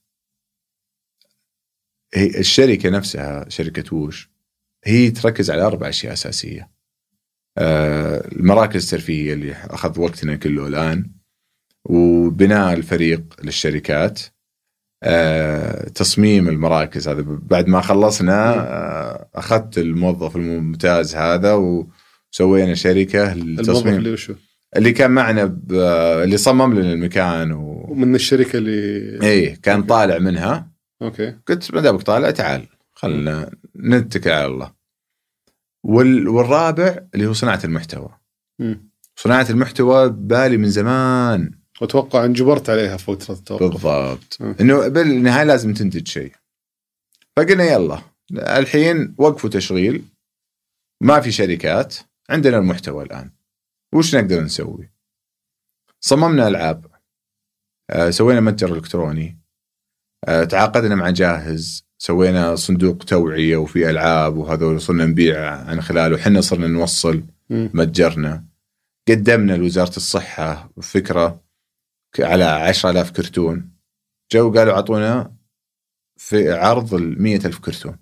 هي الشركة نفسها شركة ووش هي تركز على 4 أشياء أساسية. المراكز الترفيهية اللي أخذ وقتنا كله الآن، وبناء الفريق للشركات، تصميم المراكز. هذا بعد ما خلصنا أخذت الموظف الممتاز هذا وسوينا شركة للتصميم اللي كان معنا اللي صمم لنا المكان ومن الشركة اللي ايه كان طالع منها. اوكي قلت ما دامك طالع تعال خلنا نتكل على الله. والرابع اللي هو صناعة المحتوى. صناعة المحتوى بالي من زمان، واتوقع انجبرت عليها فترة التوقف. بالضبط. انه بالنهاية لازم تنتج شيء. فقلنا يلا الحين وقفوا تشغيل، ما في شركات، عندنا المحتوى الآن، وش نقدر نسوي؟ صممنا ألعاب، سوينا متجر إلكتروني، تعاقدنا مع جاهز، سوينا صندوق توعية وفي ألعاب وهذول صرنا نبيع عن خلاله، وحنا صرنا نوصل متجرنا. قدمنا لوزارة الصحة فكرة على 10,000 كرتون، جو قالوا عطونا في عرض 100,000 كرتون.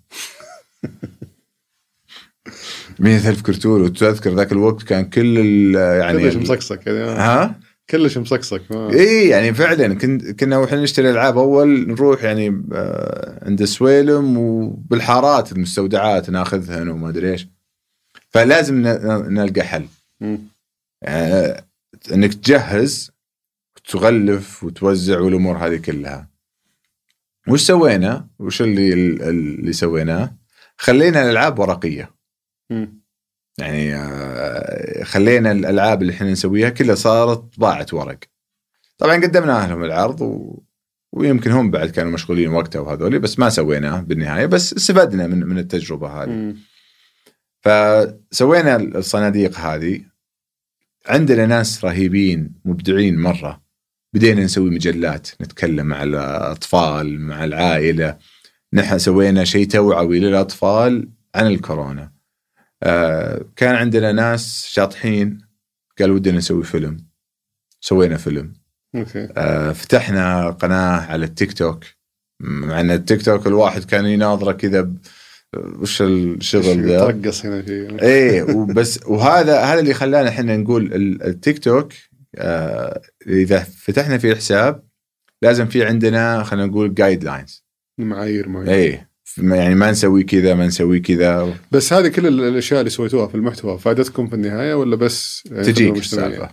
100,000 كرتون. وتذكر ذاك الوقت كان كل يعني كلش مصقصق يعني. كلش مصقصق. ايه يعني فعلا كنا وإحنا نشتري العاب اول نروح يعني عند سويلم وبالحارات المستودعات ناخذها وما ادري ايش. فلازم نلقى حل. يعني انك تجهز وتغلف وتوزع والامور هذه كلها. وش سوينا؟ وش اللي سويناه؟ خلينا الالعاب ورقيه. يعني خلينا الألعاب اللي احنا نسويها كلها صارت طباعة ورق. طبعا قدمنا لهم العرض ويمكن هم بعد كانوا مشغولين وقتها وهذولي، بس ما سويناه بالنهاية، بس استفدنا من التجربة هذه. فسوينا الصناديق هذه. عندنا ناس رهيبين مبدعين مرة، بدينا نسوي مجلات نتكلم مع الأطفال مع العائلة. نحن سوينا شيء توعوي للأطفال عن الكورونا. كان عندنا ناس شاطحين قالوا ودنا نسوي فيلم، سوينا فيلم. فتحنا قناة على التيك توك، مع أن التيك توك الواحد كان يناظره كذا وش الشغل ذا ترقص هنا فيه. ايه وبس. وهذا اللي خلانا احنا نقول التيك توك إذا فتحنا فيه الحساب لازم في عندنا خلينا نقول جايد لاينز، معايير. ايه يعني ما نسوي كذا ما نسوي كذا. بس هذه كل الأشياء اللي سويتوها في المحتوى فادتكم في النهاية ولا بس تجيك السالفة؟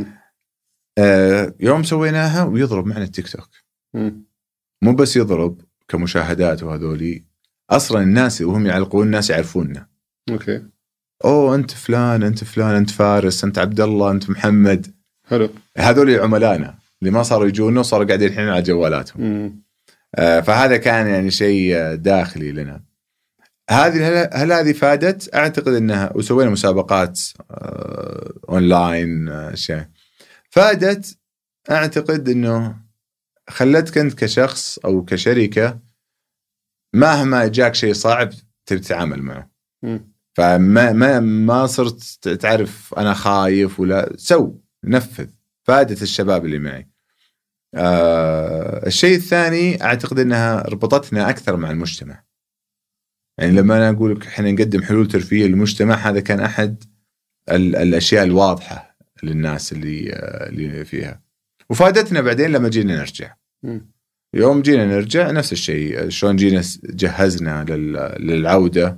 يوم سويناها ويضرب معنا التيك توك. مو بس يضرب كمشاهدات وهذولي، أصلا الناس وهم يعلقون الناس يعرفوننا. أوكي. أنت فلان أنت فلان أنت فارس أنت عبد الله أنت محمد. حلو. هذولي عملانا اللي ما صاروا يجونا وصاروا قاعدين الحين على جوالاتهم. فهذا كان يعني شيء داخلي لنا. هل هذه فادت؟ أعتقد أنها، وسوينا مسابقات أونلاين شيء فادت. أعتقد أنه خلتك أنت كشخص أو كشركة مهما جاك شيء صعب تتعامل معه. فما صرت تعرف أنا خايف ولا نفذ. فادت الشباب اللي معي. الشيء الثاني أعتقد أنها ربطتنا أكثر مع المجتمع. يعني لما أنا أقول لك إحنا نقدم حلول ترفيهية للمجتمع، هذا كان أحد الأشياء الواضحة للناس اللي فيها. وفادتنا بعدين لما جينا نرجع. يوم جينا نرجع نفس الشيء، شلون جينا جهزنا للعودة،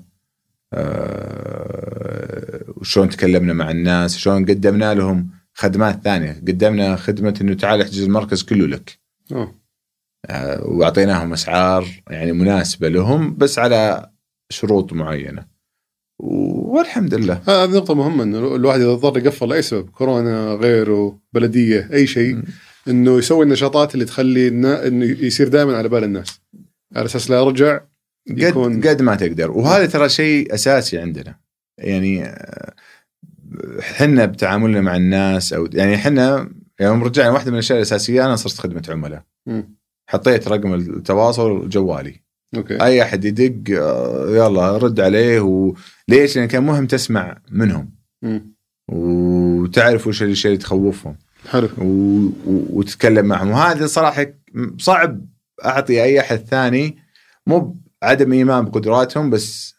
وشلون تكلمنا مع الناس، شلون قدمنا لهم خدمات ثانية. قدمنا خدمة إنه تعال احجز المركز كله لك. وأعطيناهم أسعار يعني مناسبة لهم بس على شروط معينة، والحمد لله. هذه نقطة مهمة، إنه الواحد إذا اضطر يقفل لأي سبب، كورونا غيره بلدية أي شيء، إنه يسوي النشاطات اللي تخلي إنه يصير دائما على بال الناس، على أساس لا يرجع قد ما تقدر. وهذا ترى شيء أساسي عندنا، يعني حنا بتعاملنا مع الناس، أو يعني حنا يوم رجعنا واحدة من الأشياء الأساسية أنا صرت خدمة عملاء. حطيت رقم التواصل جوالي. أوكي. أي أحد يدق يلا رد عليه. وليش؟ لأن كان مهم تسمع منهم وتعرف وش الشيء اللي تخوفهم. حلو. وتتكلم معهم. وهذا صراحة صعب أعطي أي أحد ثاني، مو عدم إيمان بقدراتهم، بس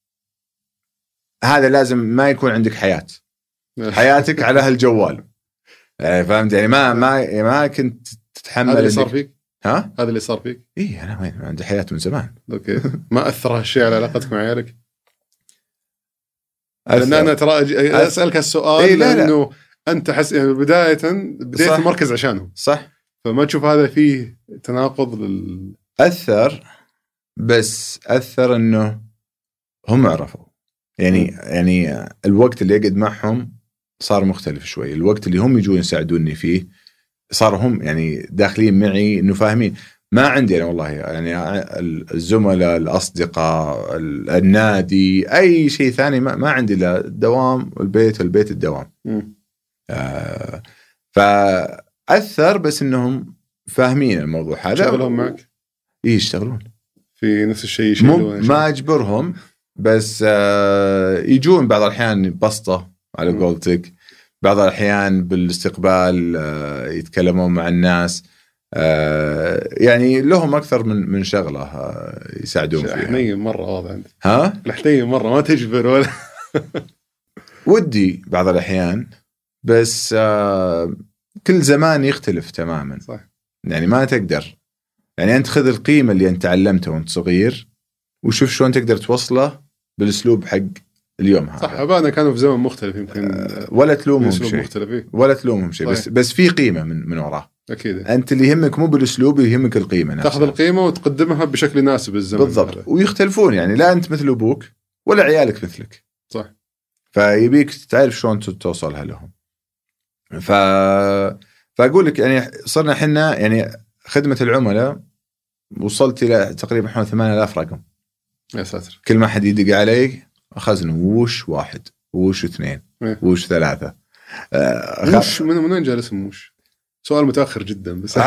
هذا لازم ما يكون عندك حياتك على هالجوال. فهمت يعني؟ ما كنت تتحمل. هذا اللي صار فيك؟ ها؟ هذا اللي صار فيك؟ إيه أنا وين عندي حياة من زمان. أوكي. ما أثر هالشيء على علاقتك مع عيالك؟ لأن أنا ترى أسألك السؤال إيه لأنه أنت حس يعني بداية المركز عشانهم، صح؟ فما تشوف هذا فيه تناقض أثر، بس أثر إنه هم عرفوا يعني الوقت اللي أقعد معهم صار مختلف شوي. الوقت اللي هم يجون يساعدوني فيه صار هم يعني داخلين معي إنه فاهمين. ما عندي أنا والله يعني الزملاء، الأصدقاء، النادي، أي شيء ثاني ما عندي، لا الدوام والبيت الدوام. فأثر، بس إنهم فاهمين الموضوع هذا. شغلهم معك؟ إيه يشتغلون في نفس الشيء. ما أجبرهم، بس يجون بعض الأحيان بسطة على قولتك، بعض الأحيان بالاستقبال يتكلمون مع الناس. يعني لهم أكثر من شغلة يساعدون فيها. حنين مرة واضح عندي. ها؟ الحنين مرة ما تجبر ولا ودي بعض الأحيان، بس كل زمان يختلف تماما. صح. يعني ما تقدر، يعني أنت خذ القيمة اللي أنت تعلمتها وأنت صغير وشوف شلون تقدر توصله بالأسلوب حق اليوم هذا. صح. أبانا كانوا في زمن مختلف يمكن. ولا تلومهم شيء. بس في قيمة من وراه. أكيد. أنت اللي يهمك مو بالأسلوب، يهمك القيمة نفسها. تأخذ القيمة وتقدمها بشكل يناسب الزمن. بالضبط. ويختلفون، يعني لا أنت مثل أبوك ولا عيالك مثلك. صح. فيبيك تعرف شلون توصلها لهم. فأقول لك يعني صرنا حنا يعني خدمة العملاء وصلت إلى تقريبا حوالي 8000 رقم. يا ساتر. كل ما حد يدق علي أخذنا وش 1 وش 2 وش 3. وش من وين جاء الاسم وش؟ سؤال متأخر جدا بس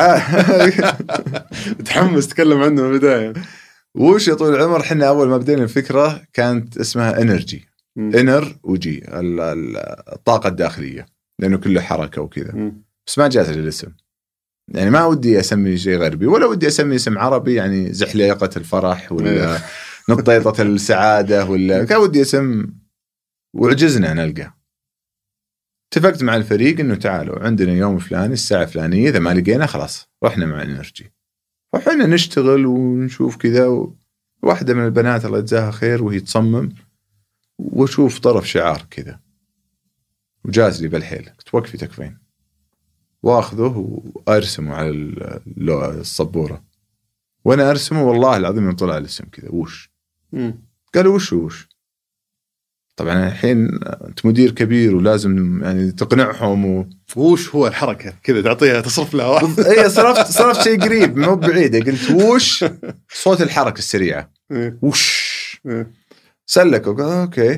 متحمس تكلم عنه من البداية. وش يا طول العمر، حنا أول ما بدينا الفكرة كانت اسمها انرجي. انر وجي، الطاقة الداخلية، لأنه كله حركة وكذا. بس ما جات الاسم، يعني ما ودي أسمي شيء غربي، ولا ودي أسمي اسم عربي يعني زحليقة الفرح ولا نطيطة السعادة، ولا كان ودي اسم وعجزنا نلقى. اتفقت مع الفريق إنه تعالوا عندنا يوم فلاني الساعة فلانية، إذا ما لقينا خلاص رحنا مع الانرجي. وحنا نشتغل ونشوف كذا، واحدة من البنات الله يجزاها خير وهي تصمم، وشوف طرف شعار كذا وجاز لي بالحيل، كنت وقفي تكفين واخذه وارسمه على الصبورة، وانا ارسمه والله العظيم من طلع الاسم كذا وش. قالوا وش طبعا الحين انت مدير كبير ولازم يعني تقنعهم وش هو الحركة كذا تعطيها تصرف لها واحد. اي صرفت شيء قريب مو بعيد، قلت وش صوت الحركة السريعة وش سلكوا اوكي.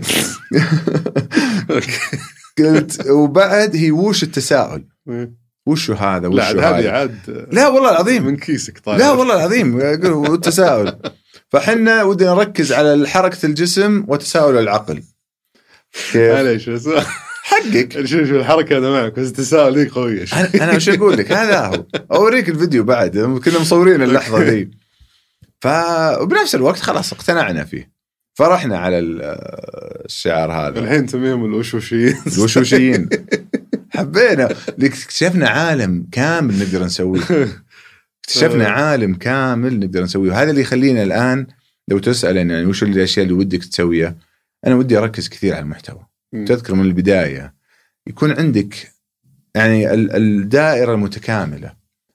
قلت وبعد هي وش التساؤل وشو هذا وشو هذا عاد لا والله العظيم من كيسك طالع. لا والله العظيم والتساؤل. فحنا ودنا نركز على حركة الجسم وتساؤل العقل. معليش حقك شوف الحركة أنا معك، بس التساؤل دي قوية. أنا وش أقول لك هذا هو. أوريك الفيديو بعد كنا مصورين اللحظة دي. وبنفس الوقت خلاص اقتنعنا فيه، فرحنا على الشعار هذا. الحين تميم الوشوشيين حبينا، اكتشفنا عالم كامل نقدر نسويه. اكتشفنا عالم كامل نقدر نسويه، وهذا اللي يخلينا الآن لو تسألني يعني وش الأشياء اللي ودك تسويها، أنا ودي أركز كثير على المحتوى. تذكر من البداية يكون عندك يعني الدائرة المتكاملة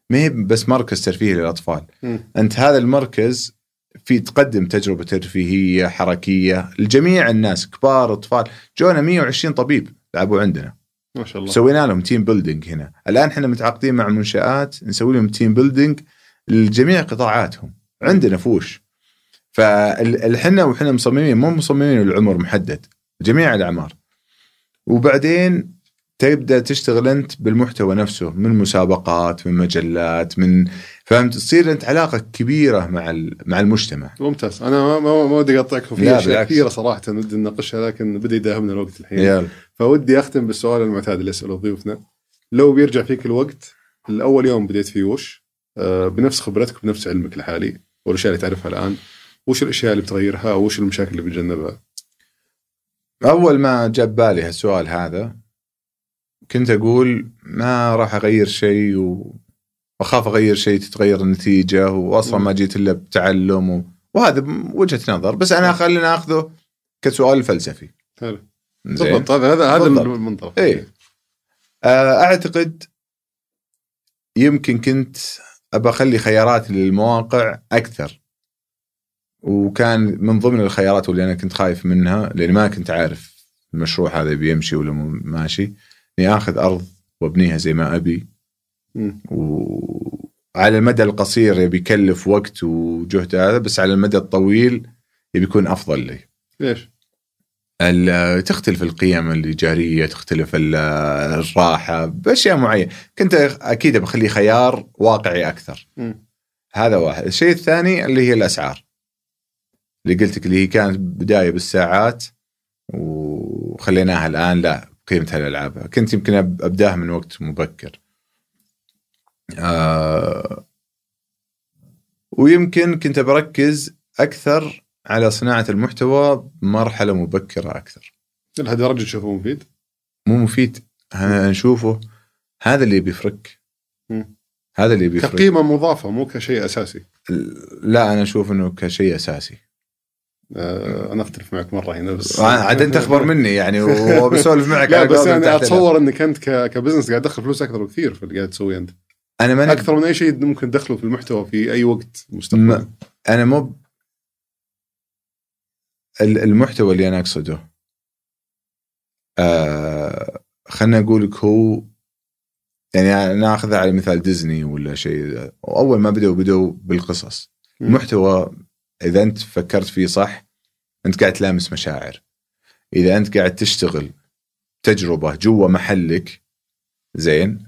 ما هي بس مركز ترفيهي للأطفال. أنت هذا المركز في تقدم تجربة ترفيهية حركية لجميع الناس، كبار أطفال. جونا 120 طبيب لعبوا عندنا ما شاء الله، سوينا لهم تيم بيلدينج هنا. الآن احنا متعاقدين مع منشآت نسوي لهم تيم بيلدينج لجميع قطاعاتهم. عندنا فوش. فالحنا وحنا مصممين، مو مصممين العمر محدد، جميع الأعمار. وبعدين تبدأ تشتغل أنت بالمحتوى نفسه، من مسابقات، من مجلات، من فهمت، تصير أنت علاقة كبيرة مع المجتمع. ممتاز. أنا ما ودي أقطعكم في أشياء كثيرة صراحة ودي نناقشها، لكن بدي يداهمنا الوقت الحين. فودي أختم بالسؤال المعتاد اللي يسأله ضيوفنا: لو بيرجع فيك الوقت الأول يوم بديت فيه، وش بنفس خبرتك بنفس علمك الحالي والأشياء اللي تعرفها الآن، وش الأشياء اللي بتغيرها وش المشاكل اللي بتجنبها؟ أول ما جاب بالي هالسؤال هذا كنت أقول ما راح أغير شيء، وأخاف أغير شيء تتغير النتيجة، وأصلا ما جيت إلا بتعلم وهذا وجهة نظر، بس أنا خلينا أخذه كسؤال فلسفي. حلو. بالضبط، هذا المنطق. إيه. أعتقد يمكن كنت أبى أخلي خياراتي للمواقع أكثر، وكان من ضمن الخيارات واللي أنا كنت خايف منها، لأن ما كنت عارف المشروع هذا بيمشي ولا ماشي، إني آخذ أرض وابنيها زي ما أبي. وعلى المدى القصير يبي يكلف وقت وجهد هذا، بس على المدى الطويل يبي يكون أفضل لي. ليش؟ تختلف القيم الإيجارية، تختلف الراحة بأشياء معينة. كنت أكيد بخليه خيار واقعي أكثر. هذا واحد. الشيء الثاني اللي هي الأسعار اللي قلتك، اللي هي كانت بداية بالساعات وخليناها الآن لا قيمتها الألعاب. كنت يمكن أبداها من وقت مبكر. ويمكن كنت بركز أكثر على صناعة المحتوى بمرحلة مبكرة أكثر. لهالدرجة تشوفه مفيد؟ مو مفيد، أنا نشوفه هذا اللي بيفرق. هذا اللي بيفرق كقيمة مضافة، مو كشيء أساسي. لا، أنا أشوف إنه كشيء أساسي. أنا أختلف معك مرة هنا، بس عاد أنت أخبر مني يعني وبسولف معك. لا بس أنا أتصور إنك أنت كبزنس قاعد تدخل فلوس أكثر بكثير في اللي قاعد تسويه أنت. أنا ما أكثر من أي شيء ممكن تدخله في المحتوى في أي وقت مستقبل. أنا مو المحتوى اللي أنا أقصده. خلنا أقولك هو يعني ناخذها على مثال ديزني ولا شيء. أول ما بدأوا بالقصص. المحتوى إذا أنت فكرت فيه صح، أنت قاعد تلامس مشاعر. إذا أنت قاعد تشتغل تجربة جوا محلك زين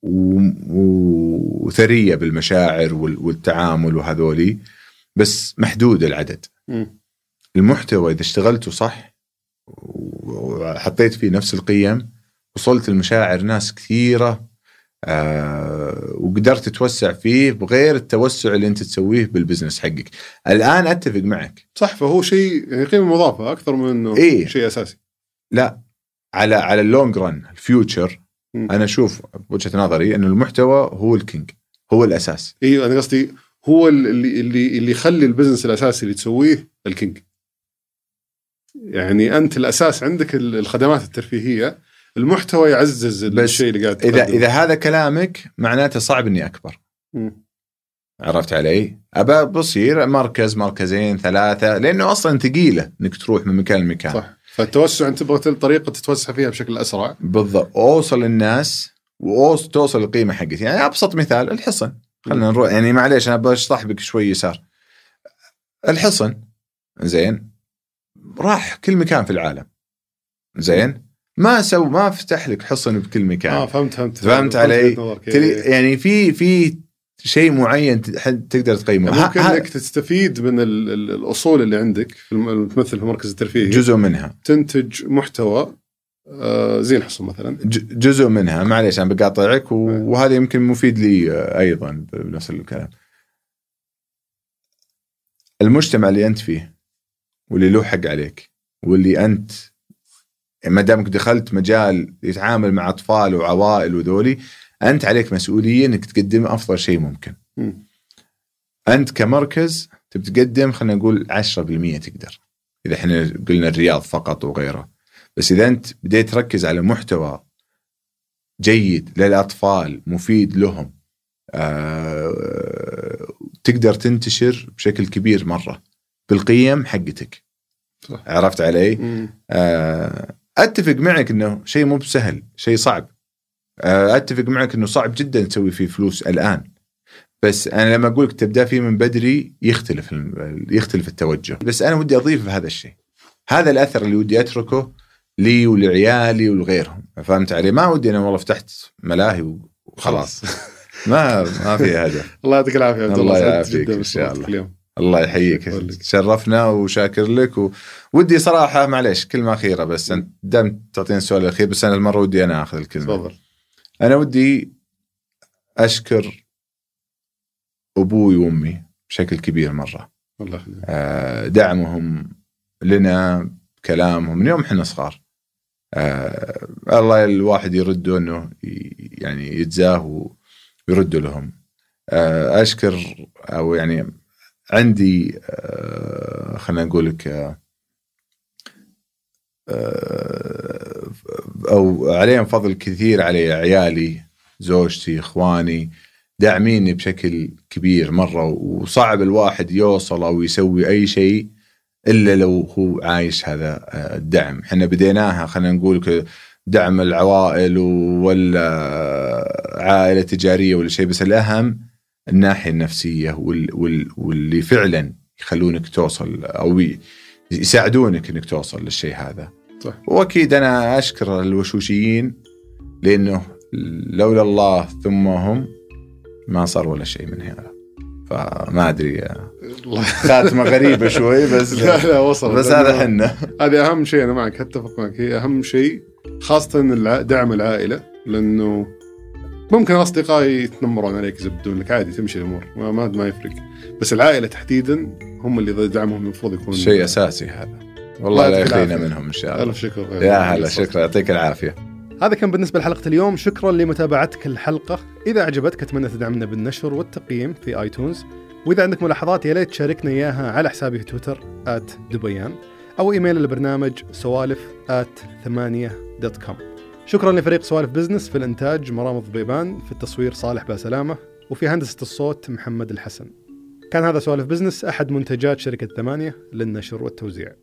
وثرية بالمشاعر والتعامل وهذولي، بس محدود العدد. المحتوى إذا اشتغلته صح وحطيت فيه نفس القيم، وصلت المشاعر ناس كثيرة، وقدرت تتوسع فيه بغير التوسع اللي أنت تسويه بالبزنس حقك. الآن أتفق معك صح، فهو شيء قيمة مضافة أكثر من إنه شيء أساسي. لا، على اللونج ران الفيوتشر أنا أشوف بوجهة نظري إنه المحتوى هو الكينج، هو الأساس. إيه، أنا قصدي هو اللي يخلي البزنس الأساسي اللي تسويه الكينج. يعني أنت الأساس عندك الخدمات الترفيهية، المحتوى يعزز الشيء اللي قاعد تقدمه. إذا هذا كلامك معناته صعب إني أكبر. عرفت علي؟ أبى بصير مركز، مركزين، 3، لأنه أصلا ثقيلة إنك تروح من مكان لمكان. صح. فالتوسع أنت تبغى طريقة تتوسع فيها بشكل أسرع. بالضبط، أوصل للناس وتوصل القيمة حقتي. يعني أبسط مثال الحصن. خلنا نروح يعني معليش أنا بشرح بك شوي يسار. الحصن زين راح كل مكان في العالم زين، ما فتح لك حصن بكل مكان. فهمت علي؟ يعني في شيء معين تقدر تقيمه. يعني ممكن انك تستفيد من الاصول اللي عندك في تمثل في مركز الترفيه، جزء منها تنتج محتوى زي الحصن مثلا، جزء منها. معليش انا بقاطعك وهذا يمكن مفيد لي ايضا بنفس الكلام. المجتمع اللي انت فيه واللي له حق عليك، واللي انت ما دامك دخلت مجال يتعامل مع اطفال وعوائل وذولي، انت عليك مسؤوليه انك تقدم افضل شيء ممكن. انت كمركز تقدم خلينا نقول 10% تقدر، اذا احنا قلنا الرياض فقط وغيره. بس اذا انت بديت تركز على محتوى جيد للاطفال مفيد لهم، تقدر تنتشر بشكل كبير مرة بالقيم حقتك. صح. عرفت علي؟ أتفق معك إنه شيء مو بسهل، شيء صعب. أتفق معك إنه صعب جدا تسوي فيه فلوس الآن، بس أنا لما أقولك تبدأ فيه من بدري يختلف التوجه. بس أنا ودي أضيف هذا الشيء، هذا الأثر اللي ودي أتركه لي ولعيالي ولغيرهم. فهمت علي؟ ما ودي أنا والله فتحت ملاهي وخلاص. ما في هدف. الله يعطيك العافية. الله يعافيك إن شاء الله. الله يحييك، شرفنا وشاكر لك. ودي صراحة معليش كلمة أخيرة بس، أنت دام تعطيني السؤال الأخير، بس أنا المرة ودي أنا أخذ الكلمة. تفضل. أنا ودي أشكر أبوي وأمي بشكل كبير مرة. دعمهم لنا، كلامهم من يوم إحنا صغار. الله الواحد يرده إنه يعني يجزاه ويرد لهم. أشكر أو يعني عندي خلنا نقول لك أو عليهم فضل كثير علي، عيالي، زوجتي، إخواني، داعميني بشكل كبير مرة. وصعب الواحد يوصل أو يسوي أي شيء إلا لو هو عايش هذا الدعم. إحنا بديناها خلنا نقول دعم العوائل ولا عائلة تجارية ولا شيء، بس الأهم الناحية النفسية واللي فعلا يخلونك توصل أو يساعدونك إنك توصل للشيء هذا. صح. وأكيد أنا أشكر الوشوشيين، لأنه لولا الله ثم هم ما صار ولا شيء من هذا. فما أدري، خاتمة غريبة شوي بس لا وصل. بس هذا حنا، هذا أهم شيء. أنا معك، أتفق معك، هي أهم شيء، خاصة دعم العائلة، لأنه ممكن أصدقائي يتنمرون عليك يزبدون لك، عادي تمشي الأمور، ما يفرق. بس العائلة تحديدا هم اللي دعمهم المفروض يكون شيء أساسي. هذا والله لا يخلينا منهم إن شاء الله. ألف شكر يا هلا، شكرا، يعطيك العافية. هذا كان بالنسبة لحلقة اليوم. شكرا لمتابعتك الحلقة. إذا عجبتك أتمنى تدعمنا بالنشر والتقييم في آيتونز، وإذا عندك ملاحظات يا ليت تشاركنا إياها على حسابي في تويتر @دبيان، أو إيميل البرنامج سوالف@8.com. شكرا لفريق سوالف بزنس في الإنتاج مرام الضبيبان، في التصوير صالح باسلامة، وفي هندسة الصوت محمد الحسن. كان هذا سوالف بزنس، أحد منتجات شركة 8 للنشر والتوزيع.